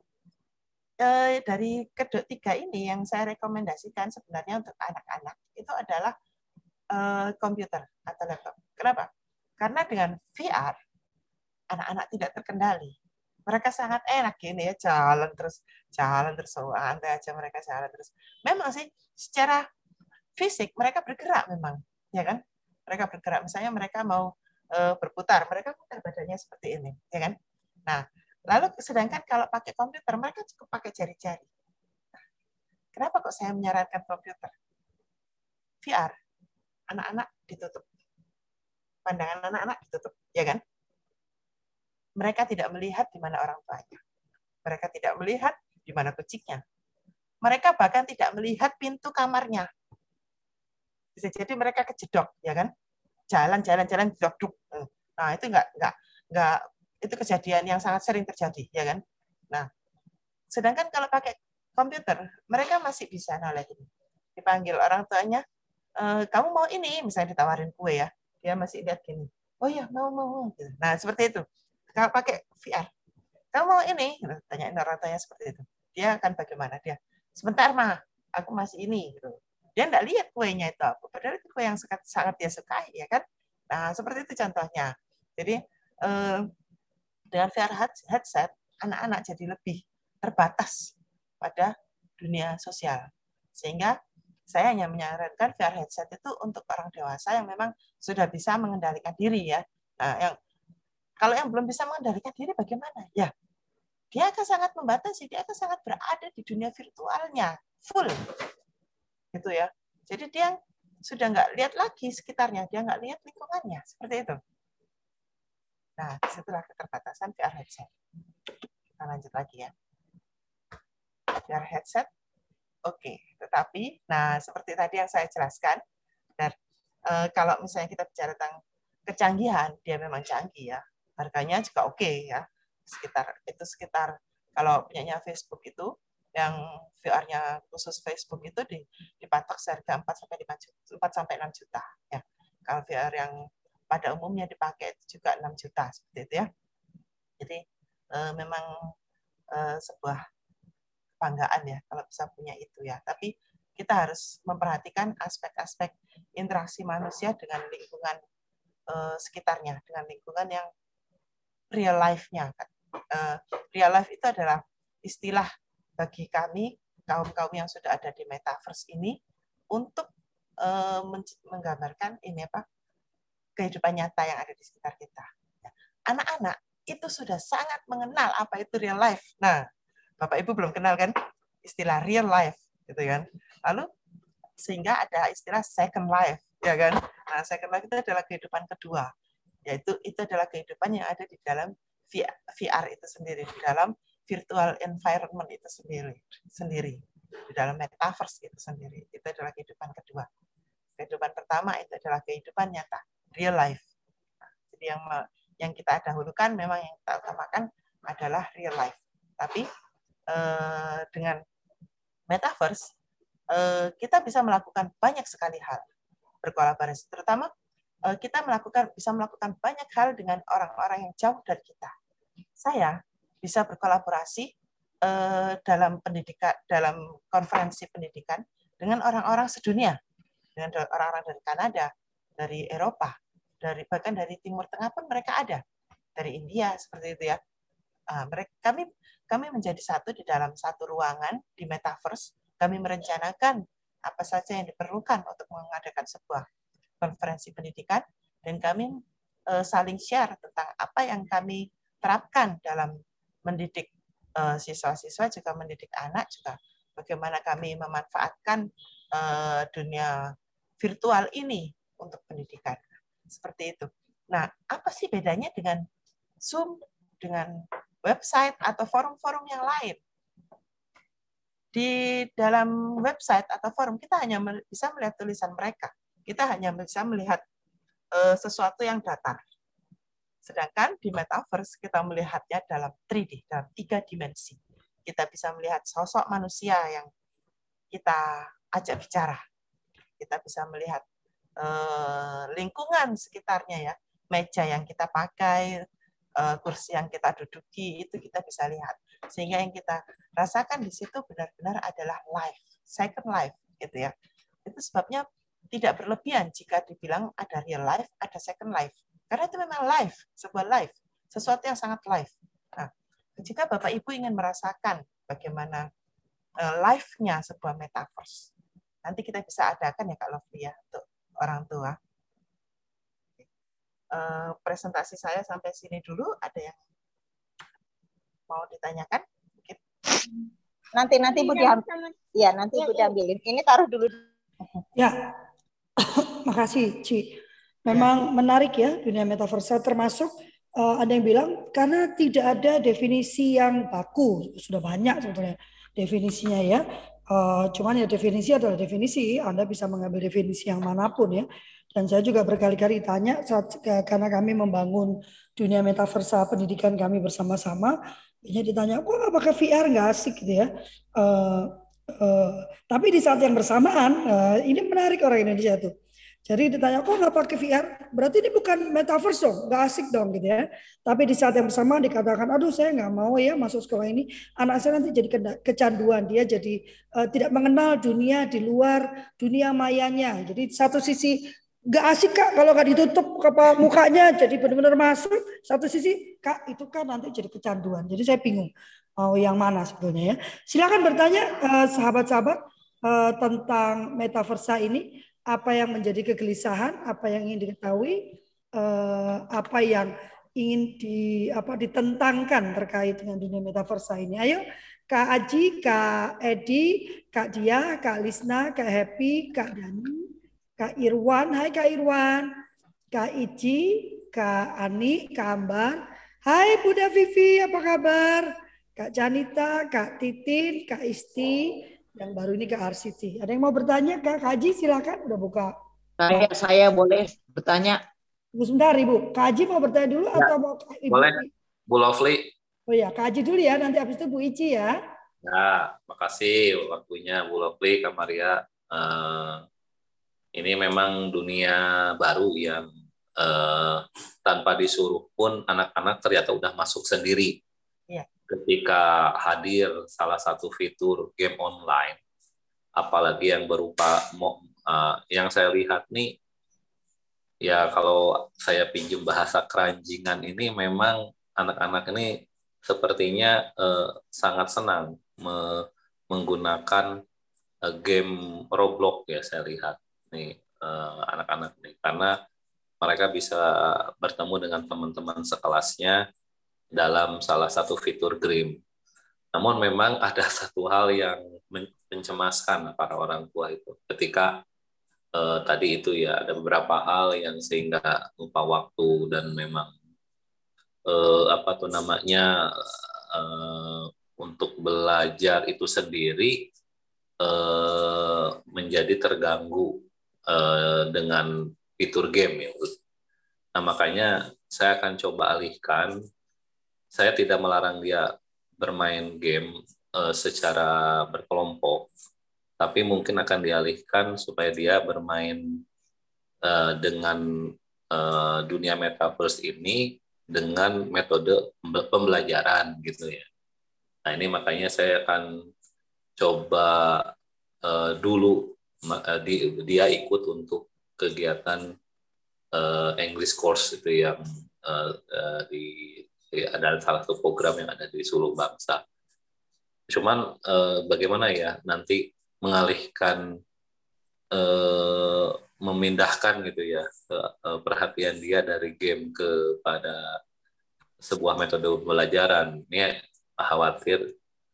eh, dari ketiga ini yang saya rekomendasikan sebenarnya untuk anak-anak itu adalah eh, komputer atau laptop. Kenapa? Karena dengan V R anak-anak tidak terkendali. Mereka sangat enak gini ya, jalan terus, jalan terus, santai aja mereka jalan terus. Memang sih secara fisik mereka bergerak memang, ya kan? Mereka bergerak. Misalnya mereka mau uh, berputar, mereka putar badannya seperti ini, ya kan? Nah, lalu sedangkan kalau pakai komputer mereka cukup pakai jari-jari. Nah, kenapa kok saya menyarankan komputer? V R, anak-anak ditutup, pandangan anak-anak ditutup, ya kan? Mereka tidak melihat di mana orang tuanya. Mereka tidak melihat di mana kucingnya. Mereka bahkan tidak melihat pintu kamarnya. Bisa jadi mereka kejedok, ya kan? Jalan-jalan-jalan jedok. Nah, itu enggak enggak enggak itu kejadian yang sangat sering terjadi, ya kan? Nah, sedangkan kalau pakai komputer, mereka masih bisa noleh ini. Dipanggil orang tuanya, e, kamu mau ini, misalnya ditawarin kue ya, dia masih lihat gini. Oh iya, mau mau. Nah, seperti itu. Kalau pakai V R, kamu mau ini? Tanyain orang tuanya seperti itu. Dia akan bagaimana dia? Sebentar mah, aku masih ini. Gitu. Dia nggak lihat kuenya itu apa, padahal itu kue yang sangat, sangat dia sukai, ya kan? Nah, seperti itu contohnya. Jadi eh, dengan V R headset, anak-anak jadi lebih terbatas pada dunia sosial. Sehingga saya hanya menyarankan V R headset itu untuk orang dewasa yang memang sudah bisa mengendalikan diri, ya. Nah, yang kalau yang belum bisa mengendalikan diri bagaimana? Ya, dia akan sangat membatasi, dia akan sangat berada di dunia virtualnya full, gitu ya. Jadi dia sudah nggak lihat lagi sekitarnya, dia nggak lihat lingkungannya, seperti itu. Nah, disitulah keterbatasan V R headset. Kita lanjut lagi ya. V R headset, oke. Okay. Tetapi, nah seperti tadi yang saya jelaskan, dan e, kalau misalnya kita bicara tentang kecanggihan, dia memang canggih ya. Harganya juga oke okay, ya. Sekitar itu sekitar kalau punyanya Facebook itu yang V R-nya khusus Facebook itu dipatok seharga empat sampai enam juta ya. Kalau V R yang pada umumnya dipakai itu juga enam juta seperti itu ya. Jadi eh, memang eh, sebuah kebanggaan ya kalau bisa punya itu ya. Tapi kita harus memperhatikan aspek-aspek interaksi manusia dengan lingkungan eh, sekitarnya, dengan lingkungan yang real life-nya. Eh, real life itu adalah istilah bagi kami kaum-kaum yang sudah ada di metaverse ini untuk uh, menggambarkan ini apa kehidupan nyata yang ada di sekitar kita. Anak-anak itu sudah sangat mengenal apa itu real life. Nah, Bapak Ibu belum kenal kan istilah real life, gitu kan? Lalu sehingga ada istilah second life, ya kan? Nah, second life itu adalah kehidupan kedua, yaitu itu adalah kehidupan yang ada di dalam V R itu sendiri, di dalam virtual environment itu sendiri, sendiri di dalam metaverse itu sendiri. Itu adalah kehidupan kedua. Kehidupan pertama itu adalah kehidupan nyata, real life. Nah, jadi yang yang kita dahulukan memang yang kita utamakan adalah real life. Tapi eh, dengan metaverse eh, kita bisa melakukan banyak sekali hal berkolaborasi. Terutama eh, kita melakukan bisa melakukan banyak hal dengan orang-orang yang jauh dari kita. Saya bisa berkolaborasi eh, dalam pendidikan, dalam konferensi pendidikan dengan orang-orang sedunia, dengan orang-orang dari Kanada, dari Eropa, dari bahkan dari Timur Tengah pun mereka ada, dari India seperti itu ya. Uh, mereka, kami kami menjadi satu di dalam satu ruangan di metaverse. Kami merencanakan apa saja yang diperlukan untuk mengadakan sebuah konferensi pendidikan, dan kami uh, saling share tentang apa yang kami terapkan dalam mendidik uh, siswa-siswa, juga mendidik anak, juga bagaimana kami memanfaatkan uh, dunia virtual ini untuk pendidikan. Seperti itu. Nah, apa sih bedanya dengan Zoom, dengan website atau forum-forum yang lain? Di dalam website atau forum kita hanya bisa melihat tulisan mereka. Kita hanya bisa melihat uh, sesuatu yang datar. Sedangkan di metaverse kita melihatnya dalam tiga D, dalam tiga dimensi. Kita bisa melihat sosok manusia yang kita ajak bicara. Kita bisa melihat eh, lingkungan sekitarnya ya, meja yang kita pakai, eh, kursi yang kita duduki, itu kita bisa lihat. Sehingga yang kita rasakan di situ benar-benar adalah life, second life, gitu ya. Itu sebabnya tidak berlebihan jika dibilang ada real life, ada second life. Karena itu memang live, sebuah live, sesuatu yang sangat live. Nah, jika Bapak Ibu ingin merasakan bagaimana uh, live-nya sebuah metaverse, nanti kita bisa adakan ya Kak Lovely ya, untuk orang tua. Uh, presentasi saya sampai sini dulu, ada yang mau ditanyakan? Mungkin. Nanti nanti Bu diambil. Ya, nanti Bu diambilin. Ini taruh dulu. Ya, makasih Ci. Memang ya. Menarik ya dunia metaverse, termasuk uh, ada yang bilang karena tidak ada definisi yang baku, sudah banyak sebetulnya definisinya ya. Uh, cuman ya definisi adalah definisi, Anda bisa mengambil definisi yang manapun ya. Dan saya juga berkali-kali tanya saat karena kami membangun dunia metaverse pendidikan kami bersama-sama, jadi ditanya, wah apakah V R nggak asik gitu ya? Uh, uh, tapi di saat yang bersamaan, uh, ini menarik orang Indonesia tuh. Jadi ditanya, kok nggak pakai V R? Berarti ini bukan metaverse dong, nggak asik dong gitu ya. Tapi di saat yang bersama dikatakan, aduh saya nggak mau ya masuk sekolah ini. Anak saya nanti jadi kecanduan, dia jadi uh, tidak mengenal dunia di luar dunia mayanya. Jadi satu sisi nggak asik kak kalau nggak ditutup apa mukanya, jadi benar-benar masuk. Satu sisi kak itu kan nanti jadi kecanduan. Jadi saya bingung mau yang mana sebetulnya ya. Silakan bertanya uh, sahabat-sahabat uh, tentang metaversa ini. Apa yang menjadi kegelisahan, apa yang ingin diketahui, eh, apa yang ingin di apa ditentangkan terkait dengan dunia metaversa ini. Ayo, Kak Aji, Kak Edi, Kak Dia, Kak Lisna, Kak Happy, Kak Dani, Kak Irwan. Hai Kak Irwan, Kak Ici, Kak Ani, Kak Ambar. Hai Bunda Vivi, apa kabar? Kak Janita, Kak Titin, Kak Isti, yang baru ini Kak Arsiti. Ada yang mau bertanya? Kak Haji silakan, udah buka. Saya, saya boleh bertanya? Tunggu sebentar Ibu. Kak Haji mau bertanya dulu ya, atau mau Ibu? Boleh, Bu Lovely. Oh ya, Kak Haji dulu ya, nanti habis itu Bu Ici ya. Ya, makasih waktunya Bu Lovely, Kak Maria. Uh, ini memang dunia baru yang uh, tanpa disuruh pun anak-anak ternyata udah masuk sendiri. Ya. Ketika hadir salah satu fitur game online, apalagi yang berupa uh, yang saya lihat nih, ya kalau saya pinjam bahasa keranjingan ini, memang anak-anak ini sepertinya uh, sangat senang me menggunakan uh, game Roblox ya, saya lihat nih uh, anak-anak nih, karena mereka bisa bertemu dengan teman-teman sekelasnya dalam salah satu fitur game. Namun memang ada satu hal yang mencemaskan para orang tua itu ketika eh, tadi itu ya, ada beberapa hal yang sehingga lupa waktu dan memang eh, apa tuh namanya eh, untuk belajar itu sendiri eh, menjadi terganggu eh, dengan fitur game ya. Nah makanya saya akan coba alihkan. Saya tidak melarang dia bermain game uh, secara berkelompok, tapi mungkin akan dialihkan supaya dia bermain uh, dengan uh, dunia metaverse ini dengan metode pembelajaran gitu ya. Nah ini makanya saya akan coba uh, dulu uh, di, dia ikut untuk kegiatan uh, English course itu yang uh, uh, di ada salah satu program yang ada di Suluh Bangsa. Cuman eh, bagaimana ya nanti mengalihkan, eh, memindahkan gitu ya eh, perhatian dia dari game kepada sebuah metode pembelajaran. Ini khawatir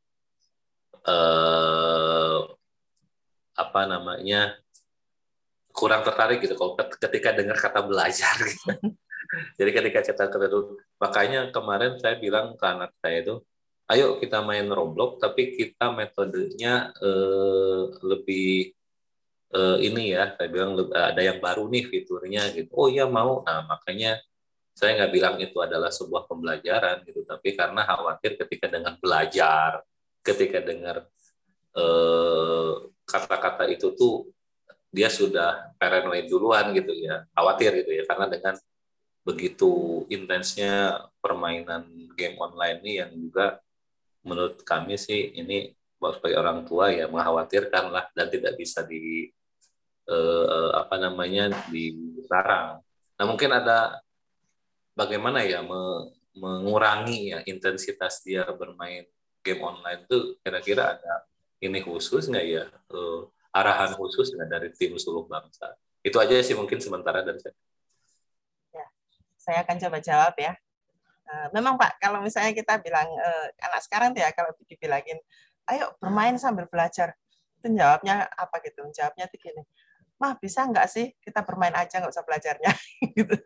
eh, apa namanya kurang tertarik gitu kalau ketika dengar kata belajar gitu. Jadi ketika kita ketemu, makanya kemarin saya bilang ke anak saya itu, ayo kita main Roblox, tapi kita metodenya eh, lebih eh, ini ya, saya bilang ada yang baru nih fiturnya gitu. Oh iya mau. Nah makanya saya nggak bilang itu adalah sebuah pembelajaran gitu, tapi karena khawatir ketika dengan belajar, ketika dengar eh, kata-kata itu tuh dia sudah paranoid duluan gitu ya, khawatir gitu ya, karena dengan begitu intensnya permainan game online ini yang juga menurut kami sih ini sebagai orang tua ya mengkhawatirkan lah dan tidak bisa di eh, apa namanya dilarang. Nah mungkin ada bagaimana ya me, mengurangi ya intensitas dia bermain game online itu, kira-kira ada ini khusus nggak ya, eh, arahan khusus nggak dari tim Suluh Bangsa? Itu aja sih mungkin sementara dari saya. Saya akan coba jawab ya. Memang Pak, kalau misalnya kita bilang eh, anak sekarang tuh ya, kalau dibilangin, ayo bermain sambil belajar, itu jawabnya apa gitu? Jawabnya tuh gini, mah bisa nggak sih kita bermain aja nggak usah belajarnya? gitu.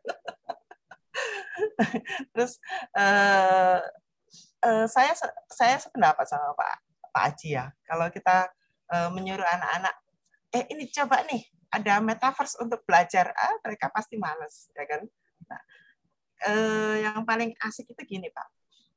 Terus eh, eh, saya saya sependapat sama Pak Pak Aji ya, kalau kita eh, menyuruh anak-anak, eh ini coba nih ada metaverse untuk belajar, ah mereka pasti males, ya kan? Nah, eh, yang paling asik itu gini Pak,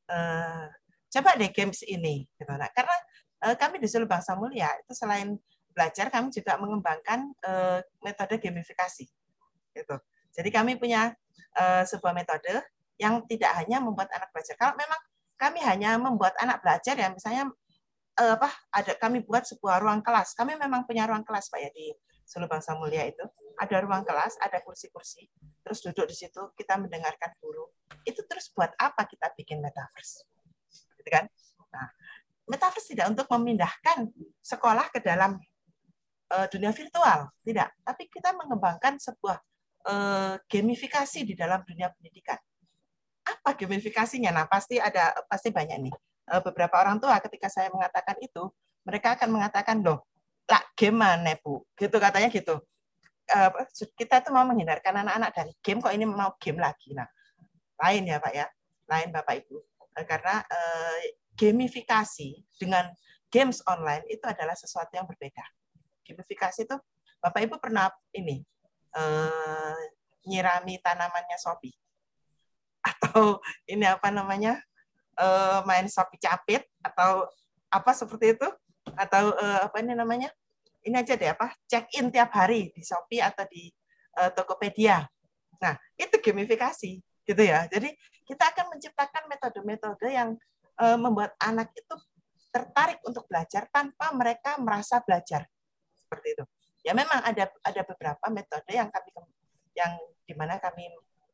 eh, coba deh games ini, gitu. Nah, karena eh, kami di Suluh Bangsa Mulia itu selain belajar kami juga mengembangkan uh, metode gamifikasi. Gitu. Jadi kami punya uh, sebuah metode yang tidak hanya membuat anak belajar. Kalau memang kami hanya membuat anak belajar ya, misalnya uh, apa? Ada kami buat sebuah ruang kelas. Kami memang punya ruang kelas Pak ya di Sulu Bangsa Mulia itu. Ada ruang kelas, ada kursi-kursi. Terus duduk di situ kita mendengarkan guru. Itu terus buat apa kita bikin metaverse? Gitu kan? Nah, metaverse tidak untuk memindahkan sekolah ke dalam uh, dunia virtual, tidak. Tapi kita mengembangkan sebuah uh, gamifikasi di dalam dunia pendidikan. Apa gamifikasinya? Nah, pasti ada, pasti banyak nih. Uh, beberapa orang tua ketika saya mengatakan itu, mereka akan mengatakan, loh, lah game mana Bu? Gitu katanya gitu. Uh, kita tuh mau menghindarkan anak-anak dari game, kok ini mau game lagi. Nah, lain ya Pak ya, lain Bapak Ibu. Uh, karena uh, gamifikasi dengan games online itu adalah sesuatu yang berbeda. Gamifikasi itu Bapak Ibu pernah ini eh, nyirami tanamannya Shopee atau ini apa namanya eh, main Shopee capit atau apa seperti itu atau eh, apa ini namanya ini aja deh apa check in tiap hari di Shopee atau di eh, Tokopedia. Nah itu gamifikasi gitu ya. Jadi kita akan menciptakan metode-metode yang eh, membuat anak itu tertarik untuk belajar tanpa mereka merasa belajar. Seperti itu. Ya memang ada ada beberapa metode yang kami yang di mana kami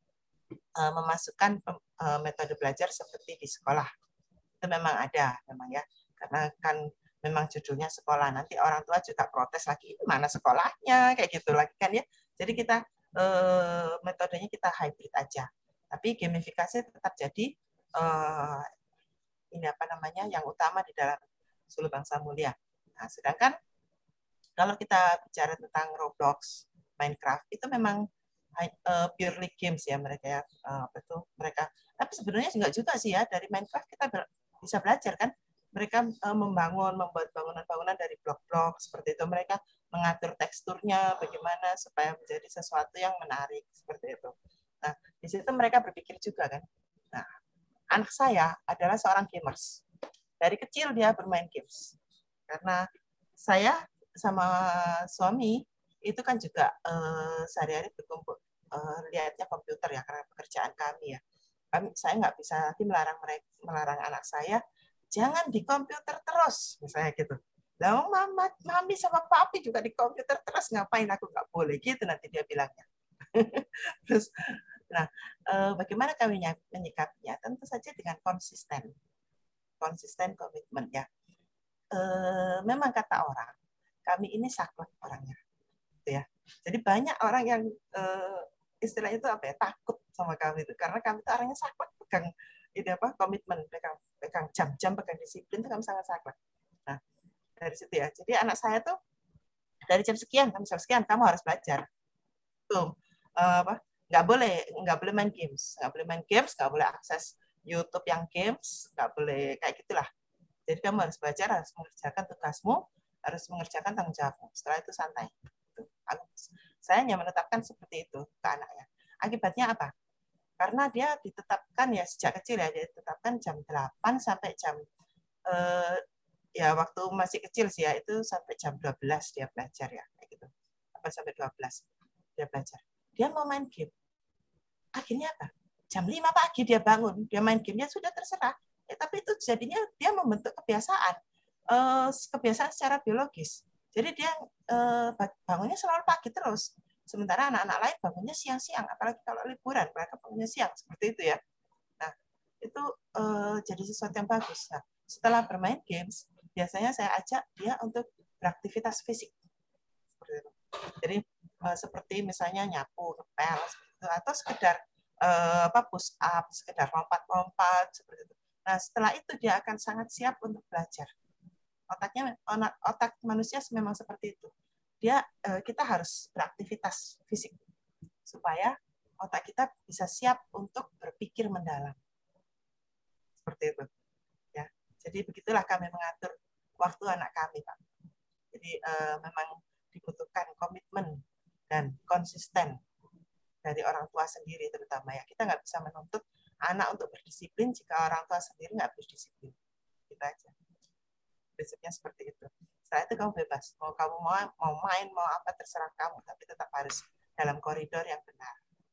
uh, memasukkan uh, metode belajar seperti di sekolah. Itu memang ada memang ya. Karena kan memang judulnya sekolah. Nanti orang tua juga protes lagi, mana sekolahnya kayak gitu lagi kan ya. Jadi kita uh, metodenya kita hybrid aja. Tapi gamifikasi tetap jadi uh, ini apa namanya yang utama di dalam Sulu Bangsa Mulia. Nah, sedangkan kalau kita bicara tentang Roblox, Minecraft, itu memang uh, purely games ya mereka ya, uh, betul mereka. Tapi sebenarnya enggak juga sih ya, dari Minecraft kita bisa belajar kan. Mereka uh, membangun, membuat bangunan-bangunan dari blok-blok seperti itu. Mereka mengatur teksturnya bagaimana supaya menjadi sesuatu yang menarik seperti itu. Nah, di situ mereka berpikir juga kan. Nah, anak saya adalah seorang gamers. Dari kecil dia bermain games. Karena saya sama suami itu kan juga uh, sehari-hari berkumpul uh, lihatnya komputer ya karena pekerjaan kami ya. Kami, saya nggak bisa lagi melarang mereka, melarang anak saya jangan di komputer terus misalnya gitu. Lah mama, mami sama papi juga di komputer terus ngapain aku nggak boleh gitu nanti dia bilangnya. Terus, nah uh, bagaimana kami menyikapinya? Tentu saja dengan konsisten, konsisten komitmen ya. Uh, memang kata orang kami ini saklek orangnya, gitu ya. Jadi banyak orang yang uh, istilahnya itu apa ya takut sama kami itu karena kami itu orangnya saklek, pegang ini apa komitmen, pegang pegang jam-jam, pegang disiplin itu kami sangat saklek. Nah dari situ ya. Jadi anak saya tuh dari jam sekian, kami jam sekian kamu harus belajar. Tuh uh, apa? Nggak boleh, nggak boleh main games, nggak boleh main games, nggak boleh akses YouTube yang games, nggak boleh kayak gitulah. Jadi kamu harus belajar, harus mengerjakan tugasmu, harus mengerjakan tanggung jawabmu. Setelah itu santai. Saya hanya menetapkan seperti itu ke anaknya. Akibatnya apa? Karena dia ditetapkan ya sejak kecil ya, dia ditetapkan jam delapan sampai jam eh, ya waktu masih kecil sih ya, itu sampai jam dua belas dia belajar ya, kayak gitu. delapan sampai dua belas dia belajar. Dia mau main game. Akhirnya apa? Jam lima pagi dia bangun, dia main gamenya sudah terserah. Ya, tapi itu jadinya dia membentuk kebiasaan. kebiasaan secara biologis. Jadi dia bangunnya selalu pagi terus. Sementara anak-anak lain bangunnya siang-siang, apalagi kalau liburan, mereka bangunnya siang, seperti itu ya. Nah, itu jadi sesuatu yang bagus. Nah, setelah bermain games, biasanya saya ajak dia untuk beraktivitas fisik. Seperti itu. Jadi seperti misalnya nyapu, ngepel, atau sekedar apa push up, sekedar lompat-lompat, seperti itu. Nah, setelah itu dia akan sangat siap untuk belajar. Otaknya otak manusia memang seperti itu. Dia kita harus beraktivitas fisik supaya otak kita bisa siap untuk berpikir mendalam. Seperti itu. Ya. Jadi begitulah kami mengatur waktu anak kami, Pak. Jadi eh, memang dibutuhkan komitmen dan konsisten dari orang tua sendiri terutama ya. Kita nggak bisa menuntut anak untuk berdisiplin jika orang tua sendiri nggak berdisiplin. Kita aja. Prinsipnya seperti itu. Setelah itu kamu bebas. Mau kamu mau mau main, mau apa terserah kamu, tapi tetap harus dalam koridor yang benar.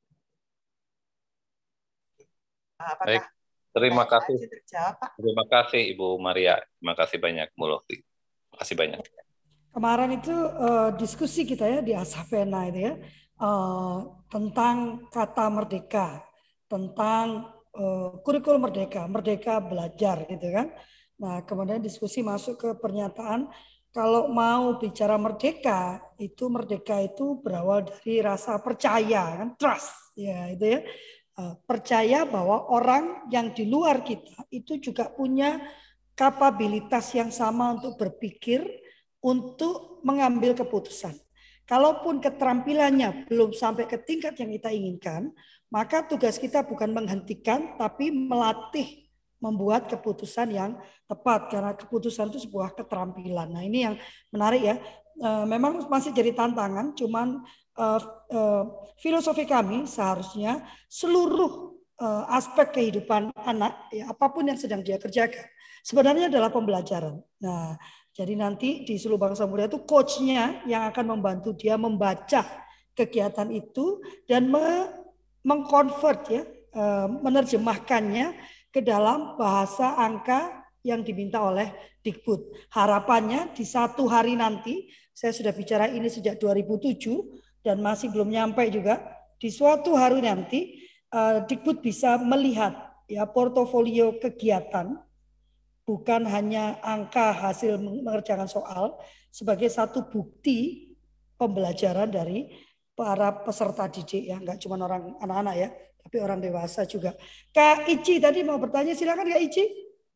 Apakah Baik, terima kasih. Terjawab, Pak? Terima kasih Ibu Maria. Terima kasih banyak Bu Lofty. Terima kasih banyak. Kemarin itu uh, diskusi kita ya di Asafena itu ya uh, tentang kata merdeka, tentang uh, kurikulum merdeka, merdeka belajar gitu kan. Nah kemudian diskusi masuk ke pernyataan kalau mau bicara merdeka itu merdeka itu berawal dari rasa percaya kan, trust ya itu ya. Uh, percaya bahwa orang yang di luar kita itu juga punya kapabilitas yang sama untuk berpikir, untuk mengambil keputusan. Kalaupun keterampilannya belum sampai ke tingkat yang kita inginkan, maka tugas kita bukan menghentikan, tapi melatih membuat keputusan yang tepat. Karena keputusan itu sebuah keterampilan. Nah ini yang menarik ya. Memang masih jadi tantangan, cuman uh, uh, filosofi kami seharusnya seluruh uh, aspek kehidupan anak, ya, apapun yang sedang dia kerjakan, sebenarnya adalah pembelajaran. Nah, jadi nanti di Suluh Bangsa Muda itu coachnya yang akan membantu dia membaca kegiatan itu dan mengkonvert ya, menerjemahkannya ke dalam bahasa angka yang diminta oleh Dikbud. Harapannya di satu hari nanti, saya sudah bicara ini sejak dua ribu tujuh dan masih belum nyampe juga, di suatu hari nanti Dikbud bisa melihat ya portofolio kegiatan, bukan hanya angka hasil mengerjakan soal, sebagai satu bukti pembelajaran dari para peserta didik ya, nggak cuma orang anak-anak ya, tapi orang dewasa juga. Kak Ici tadi mau bertanya, silakan Kak Ici.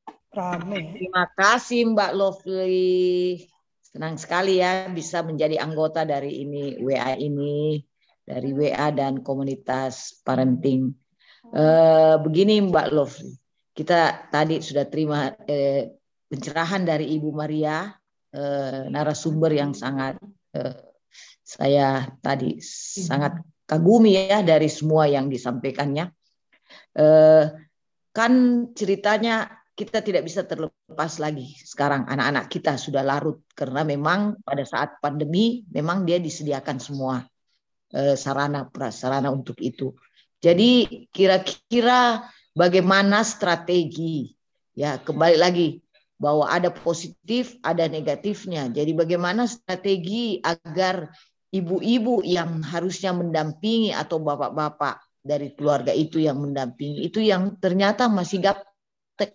Rame. Terima kasih Mbak Lovely. Senang sekali ya bisa menjadi anggota dari ini W A ini, dari W A dan komunitas parenting. Eh, begini Mbak Lovely, kita tadi sudah terima eh, pencerahan dari Ibu Maria, eh, narasumber yang sangat eh, saya tadi sangat kagumi ya dari semua yang disampaikannya. Eh, kan ceritanya kita tidak bisa terlepas lagi sekarang anak-anak kita sudah larut karena memang pada saat pandemi memang dia disediakan semua eh, sarana prasarana untuk itu. Jadi kira-kira bagaimana strategi ya, kembali lagi bahwa ada positif ada negatifnya. Jadi bagaimana strategi agar ibu-ibu yang harusnya mendampingi atau bapak-bapak dari keluarga itu yang mendampingi itu yang ternyata masih gaptek,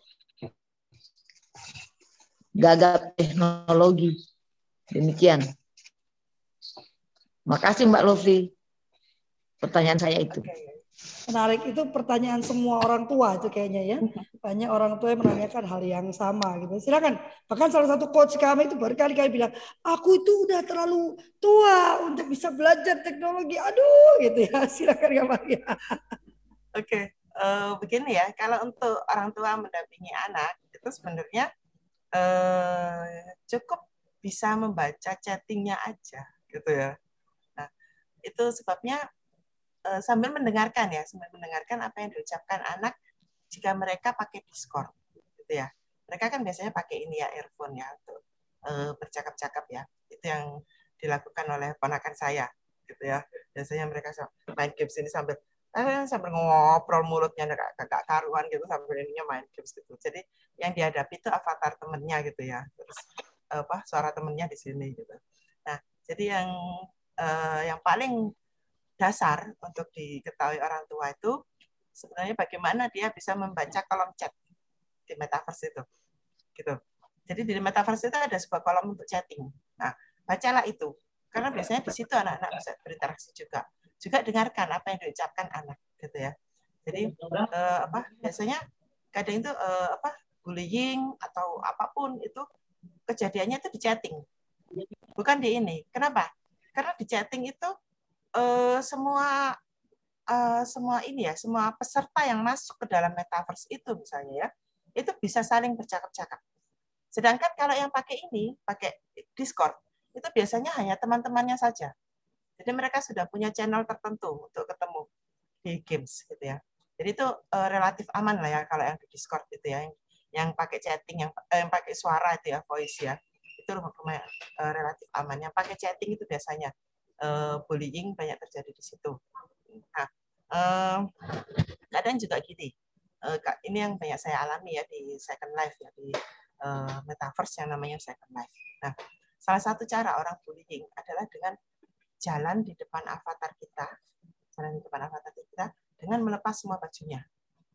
gagap teknologi. Demikian. Makasih Mbak Lovely. Pertanyaan saya itu. Menarik, itu pertanyaan semua orang tua itu kayaknya ya. Banyak orang tua yang menanyakan hal yang sama gitu. Silakan. Bahkan salah satu coach kami itu berkali-kali bilang, aku itu udah terlalu tua untuk bisa belajar teknologi. Aduh gitu ya. Silakan Kak Maria. Oke, uh, begini ya. Kalau untuk orang tua mendampingi anak itu sebenarnya uh, cukup bisa membaca chattingnya aja gitu ya. Nah, itu sebabnya Uh, sambil mendengarkan ya, sambil mendengarkan apa yang diucapkan anak jika mereka pakai Discord, gitu ya. Mereka kan biasanya pakai ini ya, earphone ya untuk uh, bercakap-cakap ya. Itu yang dilakukan oleh ponakan saya, gitu ya. Biasanya mereka main games ini sambil eh, sambil ngobrol mulutnya agak karuan gitu sambil ininya main games gitu. Jadi yang dihadapi itu avatar temennya gitu ya. Terus apa suara temennya di sini gitu. Nah, jadi yang uh, yang paling dasar untuk diketahui orang tua itu sebenarnya bagaimana dia bisa membaca kolom chat di metaverse itu, gitu. Jadi di metaverse itu ada sebuah kolom untuk chatting. Nah, bacalah itu, karena biasanya di situ anak-anak bisa berinteraksi juga. Juga dengarkan apa yang diucapkan anak, gitu ya. Jadi eh, apa biasanya kadang itu eh, apa bullying atau apapun itu kejadiannya itu di chatting, bukan di ini. Kenapa? Karena di chatting itu Uh, semua uh, semua ini ya, semua peserta yang masuk ke dalam metaverse itu misalnya ya, itu bisa saling bercakap-cakap. Sedangkan kalau yang pakai ini, pakai Discord, itu biasanya hanya teman-temannya saja. Jadi mereka sudah punya channel tertentu untuk ketemu di games gitu ya. Jadi itu uh, relatif aman lah ya kalau yang di Discord itu ya, yang, yang pakai chatting, yang, eh, yang pakai suara itu ya, voice ya, itu secure, lumayan uh, relatif aman. Yang pakai chatting itu biasanya uh, bullying banyak terjadi di situ. Nah, um, kadang juga gini, uh, ini yang banyak saya alami ya di Second Life ya, di uh, metaverse yang namanya Second Life. Nah, salah satu cara orang bullying adalah dengan jalan di depan avatar kita, jalan di depan avatar kita dengan melepas semua bajunya.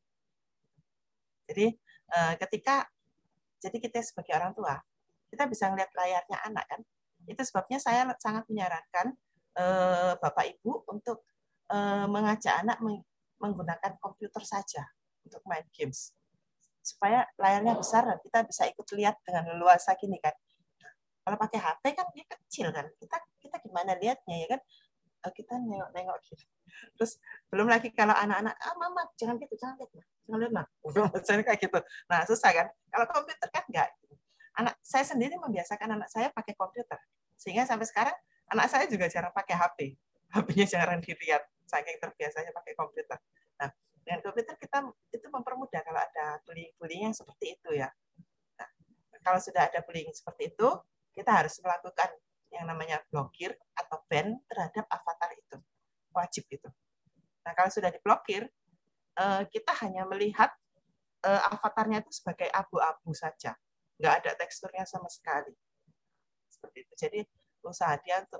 Jadi uh, ketika jadi kita sebagai orang tua, kita bisa melihat layarnya anak kan. Itu sebabnya saya sangat menyarankan eh, Bapak Ibu untuk eh, mengajak anak menggunakan komputer saja untuk main games. Supaya layarnya besar dan kita bisa ikut lihat dengan leluasa gini kan. Kalau pakai H P kan dia kecil kan. Kita kita gimana lihatnya ya kan? Kita nengok-nengok gitu. Terus belum lagi kalau anak-anak, ah mama jangan gitu, jangan gitu, jangan lihat mah. Udah misalnya kayak gitu. Nah susah kan? Kalau komputer kan enggak. Anak saya sendiri membiasakan anak saya pakai komputer, sehingga sampai sekarang anak saya juga jarang pakai H P. H P-nya jarang dilihat, saking terbiasanya pakai komputer. Nah dengan komputer kita itu mempermudah kalau ada bullying-bullying yang seperti itu ya. Nah, kalau sudah ada bullying seperti itu, kita harus melakukan yang namanya blokir atau ban terhadap avatar itu. Wajib itu. Nah, kalau sudah diblokir, kita hanya melihat avatarnya itu sebagai abu-abu saja. Nggak ada teksturnya sama sekali. Seperti itu. Jadi, usaha dia untuk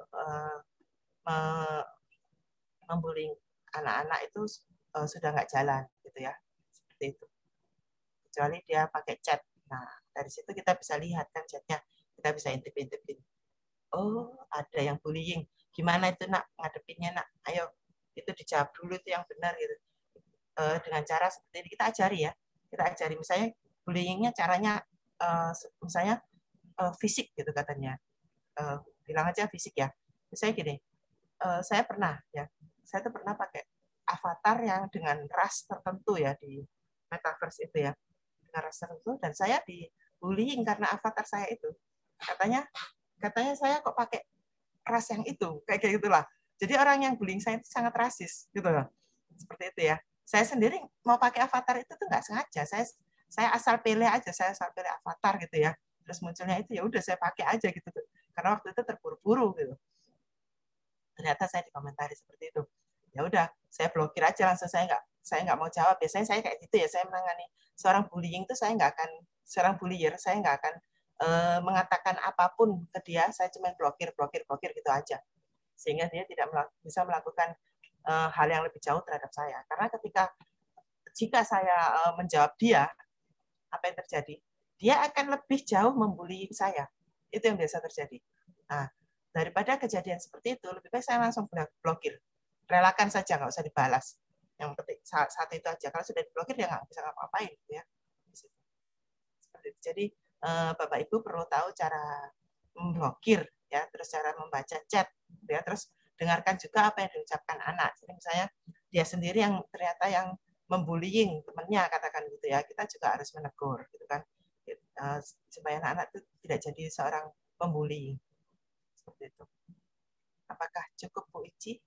membullying anak-anak itu sudah nggak jalan. Gitu ya. Seperti itu. Kecuali dia pakai chat. Nah, dari situ kita bisa lihat kan chatnya. Kita bisa intip-intipin. Oh, ada yang bullying. Gimana itu nak ngadepinnya nak? Ayo, itu dijawab dulu itu yang benar gitu. E, dengan cara seperti ini kita ajari ya. Kita ajari misalnya bullyingnya caranya e, misalnya e, fisik gitu katanya. E, bilang aja fisik ya. Misalnya gini, e, saya pernah ya, saya tuh pernah pakai avatar yang dengan ras tertentu ya di metaverse itu ya, dengan ras tertentu dan saya dibullying karena avatar saya itu. Katanya katanya saya kok pakai ras yang itu, kayak gitulah. Jadi orang yang bullying saya itu sangat rasis, gitu loh. Seperti itu ya. Saya sendiri mau pakai avatar itu tuh nggak sengaja. Saya saya asal pilih aja, saya asal pilih avatar gitu ya. Terus munculnya itu ya udah saya pakai aja gitu. Karena waktu itu terburu-buru gitu. Ternyata saya dikomentari seperti itu. Ya udah, saya blokir aja langsung, saya nggak saya nggak mau jawab. Biasanya saya kayak gitu ya, saya menangani seorang bullying itu saya nggak akan seorang bullier, saya nggak akan mengatakan apapun ke dia, saya cuma blokir, blokir, blokir gitu aja. Sehingga dia tidak bisa melakukan uh, hal yang lebih jauh terhadap saya. Karena ketika, jika saya uh, menjawab dia, apa yang terjadi? Dia akan lebih jauh membuli saya. Itu yang biasa terjadi. Nah, daripada kejadian seperti itu, lebih baik saya langsung blokir. Relakan saja, nggak usah dibalas. Yang penting saat, saat itu aja. Kalau sudah diblokir, dia nggak bisa ngapa-ngapain. Gitu ya. Seperti itu. Jadi, Bapak Ibu perlu tahu cara memblokir ya, terus cara membaca chat ya, terus dengarkan juga apa yang diucapkan anak. Jadi misalnya dia sendiri yang ternyata yang membullying temannya katakan gitu ya, kita juga harus menegur gitu kan, supaya anak-anak itu tidak jadi seorang pembuli. Seperti itu. Apakah cukup Bu Ici?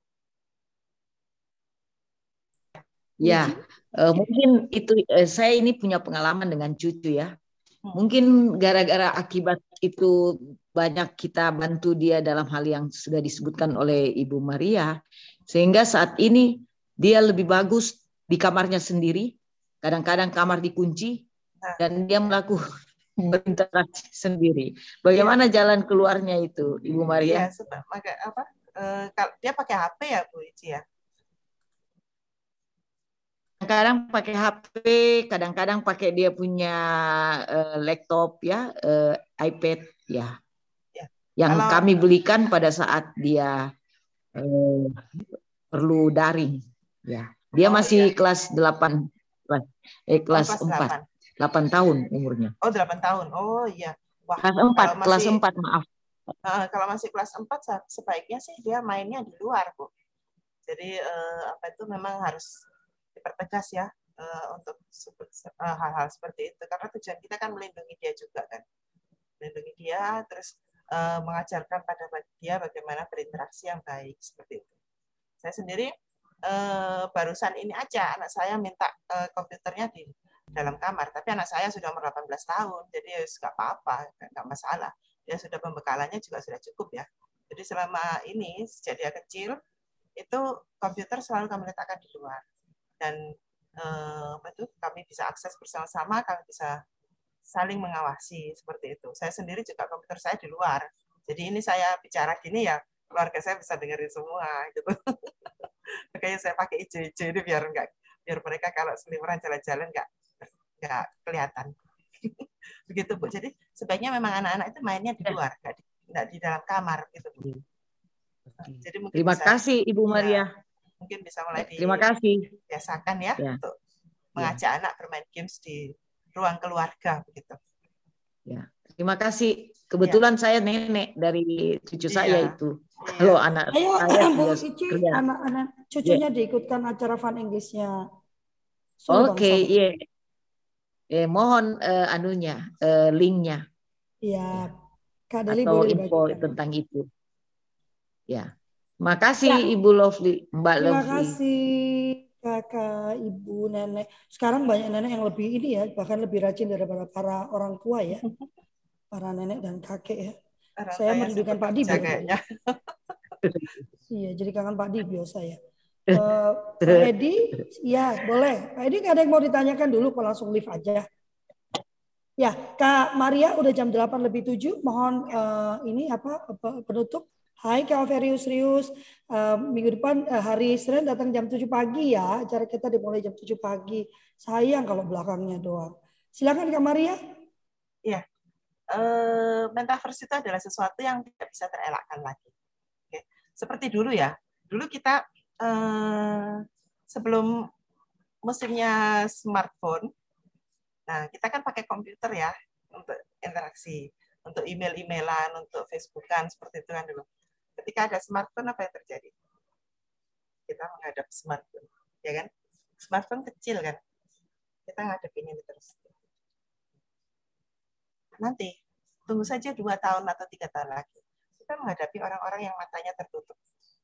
Ya, uh, mungkin itu uh, saya ini punya pengalaman dengan cucu ya. Mungkin gara-gara akibat itu banyak kita bantu dia dalam hal yang sudah disebutkan oleh Ibu Maria. Sehingga saat ini dia lebih bagus di kamarnya sendiri. Kadang-kadang kamar dikunci dan dia melakukan berinteraksi sendiri. Bagaimana ya. Jalan keluarnya itu, Ibu Maria? Iya, sebab apa? Uh, dia pakai H P ya Bu Ici ya? Kadang-kadang pakai H P, kadang-kadang pakai dia punya uh, laptop ya, uh, iPad ya, ya. Yang Kalau, kami belikan pada saat dia uh, perlu daring ya. Dia oh, masih iya. kelas delapan, eh kelas oh, empat, delapan tahun umurnya. Oh delapan tahun, oh iya. Wah, kelas empat, masih, kelas empat maaf. Uh, kalau masih kelas empat sebaiknya sih dia mainnya di luar Bu. Jadi uh, apa itu memang harus dipertegas ya uh, untuk uh, hal-hal seperti itu, karena tujuan kita kan melindungi dia juga kan, melindungi dia terus uh, mengajarkan pada dia bagaimana berinteraksi yang baik seperti itu. Saya sendiri uh, barusan ini aja anak saya minta uh, komputernya di dalam kamar, tapi anak saya sudah umur delapan belas tahun, jadi nggak apa-apa, nggak masalah. dia sudah pembekalannya juga sudah cukup ya. Jadi selama ini sejak dia kecil itu komputer selalu kami letakkan di luar dan eh, apa itu kami bisa akses bersama-sama, kami bisa saling mengawasi seperti itu. Saya sendiri juga komputer saya di luar. Jadi ini saya bicara gini ya keluarga saya bisa dengerin semua gitu. Makanya saya pakai hijau-hijau ini biar enggak biar mereka kalau seliweran jalan-jalan enggak enggak kelihatan. Begitu Bu. Jadi sebaiknya memang anak-anak itu mainnya di luar, enggak di, enggak di dalam kamar gitu Bu. Jadi mungkin Terima bisa, kasih Ibu Maria. Ya, mungkin bisa mulai Terima kasih. dibiasakan ya, ya untuk mengajak ya. anak bermain games di ruang keluarga begitu. Ya, terima kasih. Kebetulan ya. saya nenek dari cucu ya. saya itu. Ya. Kalau anak Ayo, saya Bu Ici, anak-anak cucunya ya. diikutkan acara Fun English-nya. Oke, okay, iya. Yeah. Eh, mohon uh, anunya, uh, linknya. Iya, Kak Deli atau boleh info dibagikan. tentang itu. Ya, terima kasih ya. Ibu Lovely, Mbak Terima Lovely. Terima kasih Kakak, Ibu, Nenek. Sekarang banyak nenek yang lebih ini ya, bahkan lebih rajin daripada para orang tua ya, para nenek dan kakek ya. Orang saya mendudukan Pak Di kayaknya. Iya, jadi kangen Pak Di biasa ya. Uh, Pak Edi, ya boleh. Pak Edi nggak ada yang mau ditanyakan dulu, kalau langsung live aja. Ya, Kak Maria udah jam delapan lebih tujuh. Mohon uh, ini apa, apa penutup. Hai Kak Verius Rius, uh, minggu depan uh, hari Senin datang jam tujuh pagi ya. Acara kita dimulai jam tujuh pagi. Sayang kalau belakangnya doang. Silakan Kak Maria. Iya. Uh, metaverse itu adalah sesuatu yang tidak bisa terelakkan lagi. Oke. Seperti dulu ya. Dulu kita uh, sebelum musimnya smartphone, nah kita kan pakai komputer ya untuk interaksi, untuk email-emailan, untuk Facebookan seperti itu kan dulu. Ketika ada smartphone, apa yang terjadi? Kita menghadap smartphone, ya kan? Smartphone kecil kan? Kita ngadepin ini terus. Nanti, tunggu saja dua tahun atau tiga tahun lagi. Kita menghadapi orang-orang yang matanya tertutup.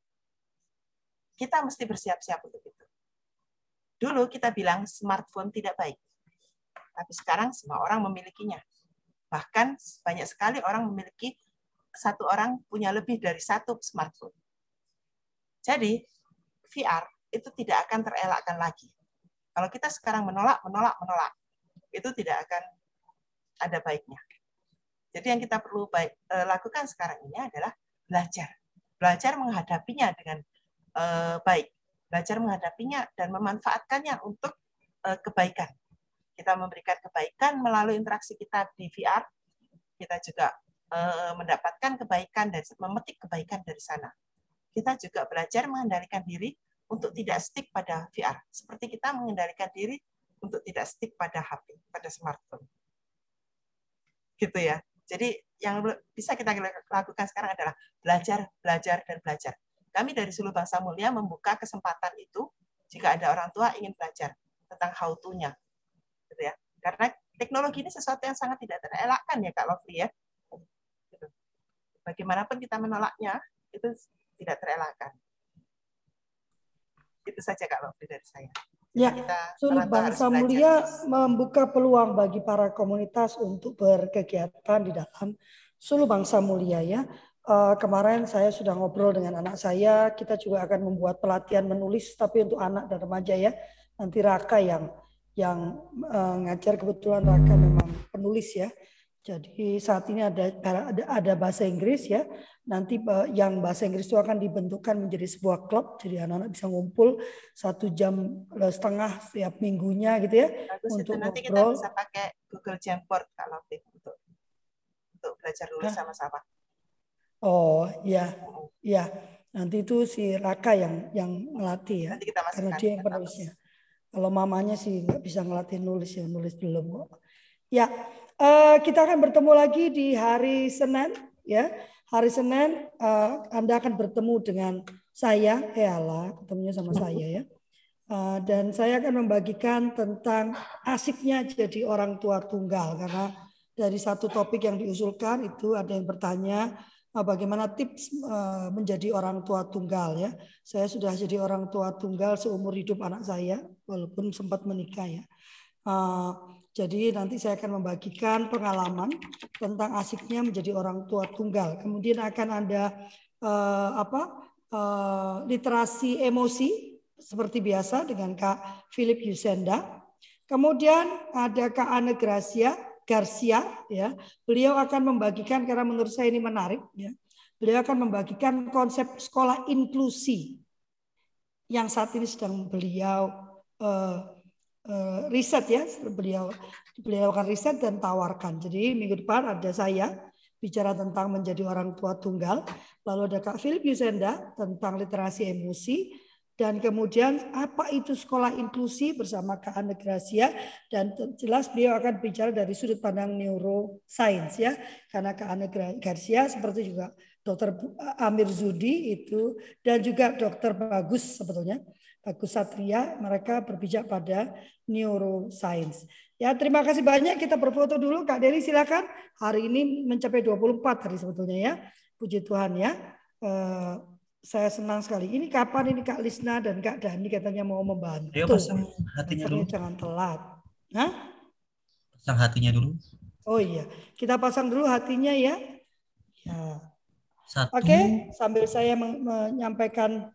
Kita mesti bersiap-siap untuk itu. Dulu kita bilang smartphone tidak baik. Tapi sekarang semua orang memilikinya. Bahkan banyak sekali orang memiliki satu orang punya lebih dari satu smartphone. Jadi, V R itu tidak akan terelakkan lagi. Kalau kita sekarang menolak, menolak, menolak, itu tidak akan ada baiknya. Jadi yang kita perlu baik, eh, lakukan sekarang ini adalah belajar. Belajar menghadapinya dengan eh, baik. Belajar menghadapinya dan memanfaatkannya untuk eh, kebaikan. Kita memberikan kebaikan melalui interaksi kita di V R. Kita juga mendapatkan kebaikan dan memetik kebaikan dari sana. Kita juga belajar mengendalikan diri untuk tidak stick pada V R. Seperti kita mengendalikan diri untuk tidak stick pada H P, pada smartphone. Gitu ya. Jadi yang bisa kita lakukan sekarang adalah belajar, belajar, dan belajar. Kami dari Suluh Bangsa Mulia membuka kesempatan itu jika ada orang tua ingin belajar tentang how to-nya. Gitu ya. Karena teknologi ini sesuatu yang sangat tidak terelakkan ya Kak Lovely ya. Bagaimanapun kita menolaknya, itu tidak terelakkan. Itu saja Kak Lovely dari saya. Ya, Suluh Bangsa Mulia membuka peluang bagi para komunitas untuk berkegiatan di dalam Suluh Bangsa Mulia ya. Uh, kemarin saya sudah ngobrol dengan anak saya, kita juga akan membuat pelatihan menulis tapi untuk anak dan remaja ya. Nanti Raka yang yang uh, ngajar, kebetulan Raka memang penulis ya. Jadi saat ini ada, ada ada bahasa Inggris ya. Nanti yang bahasa Inggris itu akan dibentukkan menjadi sebuah klub. Jadi anak-anak bisa ngumpul satu jam setengah setiap minggunya gitu ya. Bagus, untuk itu nanti ngobrol. Kita bisa pakai Google Jamboard kalau untuk untuk belajar nulis sama-sama. Oh ya, ya. Nanti itu si Raka yang yang ngelatih ya. Nanti kita karena dia yang penulisnya. Kalau mamanya sih nggak bisa ngelatih nulis ya, nulis belum kok. Ya, uh, kita akan bertemu lagi di hari Senin ya. Hari Senin uh, Anda akan bertemu dengan saya, Heala, ketemunya sama saya ya. Uh, dan saya akan membagikan tentang asiknya jadi orang tua tunggal, karena dari satu topik yang diusulkan itu ada yang bertanya uh, bagaimana tips uh, menjadi orang tua tunggal ya. Saya sudah jadi orang tua tunggal seumur hidup anak saya walaupun sempat menikah ya. Uh, jadi nanti saya akan membagikan pengalaman tentang asiknya menjadi orang tua tunggal. Kemudian akan ada uh, apa uh, literasi emosi seperti biasa dengan Kak Philip Yusenda. Kemudian ada Kak Anne Gracia Garcia, ya. Beliau akan membagikan, karena menurut saya ini menarik, ya. Beliau akan membagikan konsep sekolah inklusi yang saat ini sedang beliau uh, uh, riset, ya. Beliau beliau akan riset dan tawarkan. Jadi minggu depan ada saya bicara tentang menjadi orang tua tunggal, lalu ada Kak Philip Yusenda tentang literasi emosi. Dan kemudian apa itu sekolah inklusi bersama Kak Anne Gracia, dan jelas beliau akan bicara dari sudut pandang neuroscience, ya, karena Kak Anne Gracia seperti juga Dokter Amir Zudi itu, dan juga Dokter Bagus sebetulnya Bagus Satria, mereka berpijak pada neuroscience. Ya, terima kasih banyak, kita berfoto dulu. Kak Deli silakan. Hari ini mencapai dua puluh empat hari sebetulnya, ya, puji Tuhan, ya. Uh, Saya senang sekali. Ini kapan ini Kak Lisna dan Kak Dani katanya mau membantu. Ayo pasang hatinya dulu. Jangan telat. Hah? Pasang hatinya dulu. Oh iya, kita pasang dulu hatinya, ya. Ya. Satu. Oke, sambil saya menyampaikan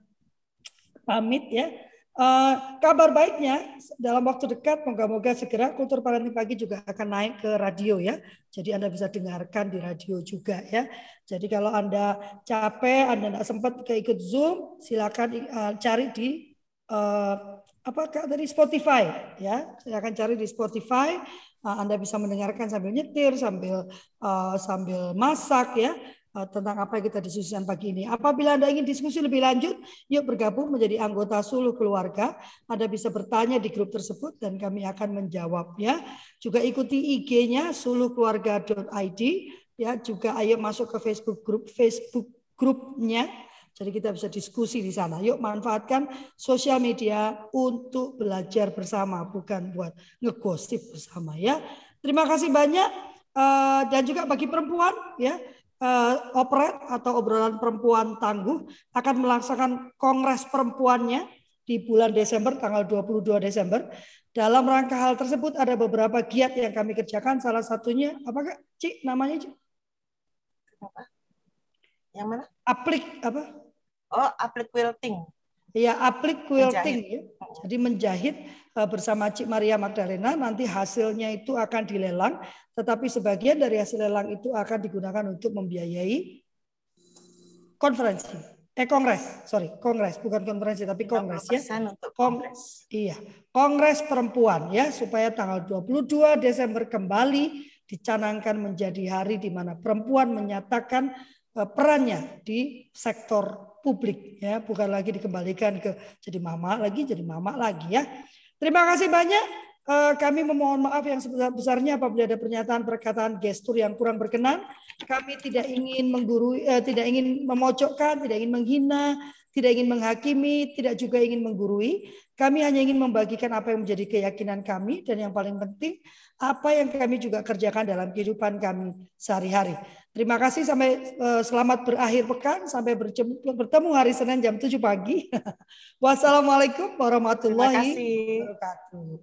pamit, ya. Uh, kabar baiknya dalam waktu dekat moga-moga segera Kultur Parenting Pagi juga akan naik ke radio, ya. Jadi Anda bisa dengarkan di radio juga, ya. Jadi kalau Anda capek, Anda tidak sempat ke ikut Zoom, silakan uh, cari di uh, apa dari Spotify, ya. Silakan cari di Spotify. Uh, Anda bisa mendengarkan sambil nyetir, sambil uh, sambil masak, ya. Tentang apa yang kita diskusikan pagi ini. Apabila Anda ingin diskusi lebih lanjut, yuk bergabung menjadi anggota Suluh Keluarga. Anda bisa bertanya di grup tersebut dan kami akan menjawabnya. Juga ikuti I G-nya suluh keluarga dot I D, ya. Juga ayo masuk ke Facebook grup Facebook grupnya. Jadi kita bisa diskusi di sana. Yuk manfaatkan sosial media untuk belajar bersama, bukan buat ngegosip bersama, ya. Terima kasih banyak, dan juga bagi perempuan, ya. Uh, Operet atau obrolan perempuan tangguh akan melaksanakan kongres perempuannya di bulan Desember, tanggal dua puluh dua Desember. Dalam rangka hal tersebut ada beberapa giat yang kami kerjakan. Salah satunya apa Kak? Cik, namanya Cik? Apa? Yang mana? Aplik apa? Oh, aplik quilting. Ya, aplik quilting, menjahit. Ya. Jadi menjahit uh, bersama Cik Maria Magdalena. Nanti hasilnya itu akan dilelang, tetapi sebagian dari hasil lelang itu akan digunakan untuk membiayai konferensi. Eh kongres, sorry, kongres, bukan konferensi tapi kongres, ya. Untuk kongres. Kong, iya, kongres perempuan, ya, supaya tanggal dua puluh dua Desember kembali dicanangkan menjadi hari di mana perempuan menyatakan uh, perannya di sektor publik, ya, bukan lagi dikembalikan ke jadi mama lagi, jadi mama lagi, ya. Terima kasih banyak. Kami memohon maaf yang sebesar-besarnya apabila ada pernyataan, perkataan, gestur yang kurang berkenan. Kami tidak ingin menggurui, eh, tidak ingin memojokkan, tidak ingin menghina, tidak ingin menghakimi, tidak juga ingin menggurui. Kami hanya ingin membagikan apa yang menjadi keyakinan kami, dan yang paling penting apa yang kami juga kerjakan dalam kehidupan kami sehari-hari. Terima kasih, sampai eh, selamat berakhir pekan, sampai bertemu hari Senin jam tujuh pagi. Wassalamualaikum warahmatullahi wabarakatuh.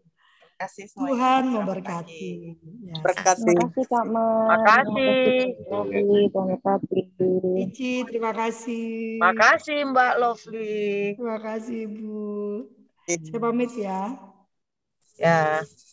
Tuhan memberkati. Ya. Terima kasih Kak Mer. Makasih. Terima kasih. Ici, terima kasih. Makasih Mbak Lovely. Terima kasih Bu. Saya pamit, ya. Ya.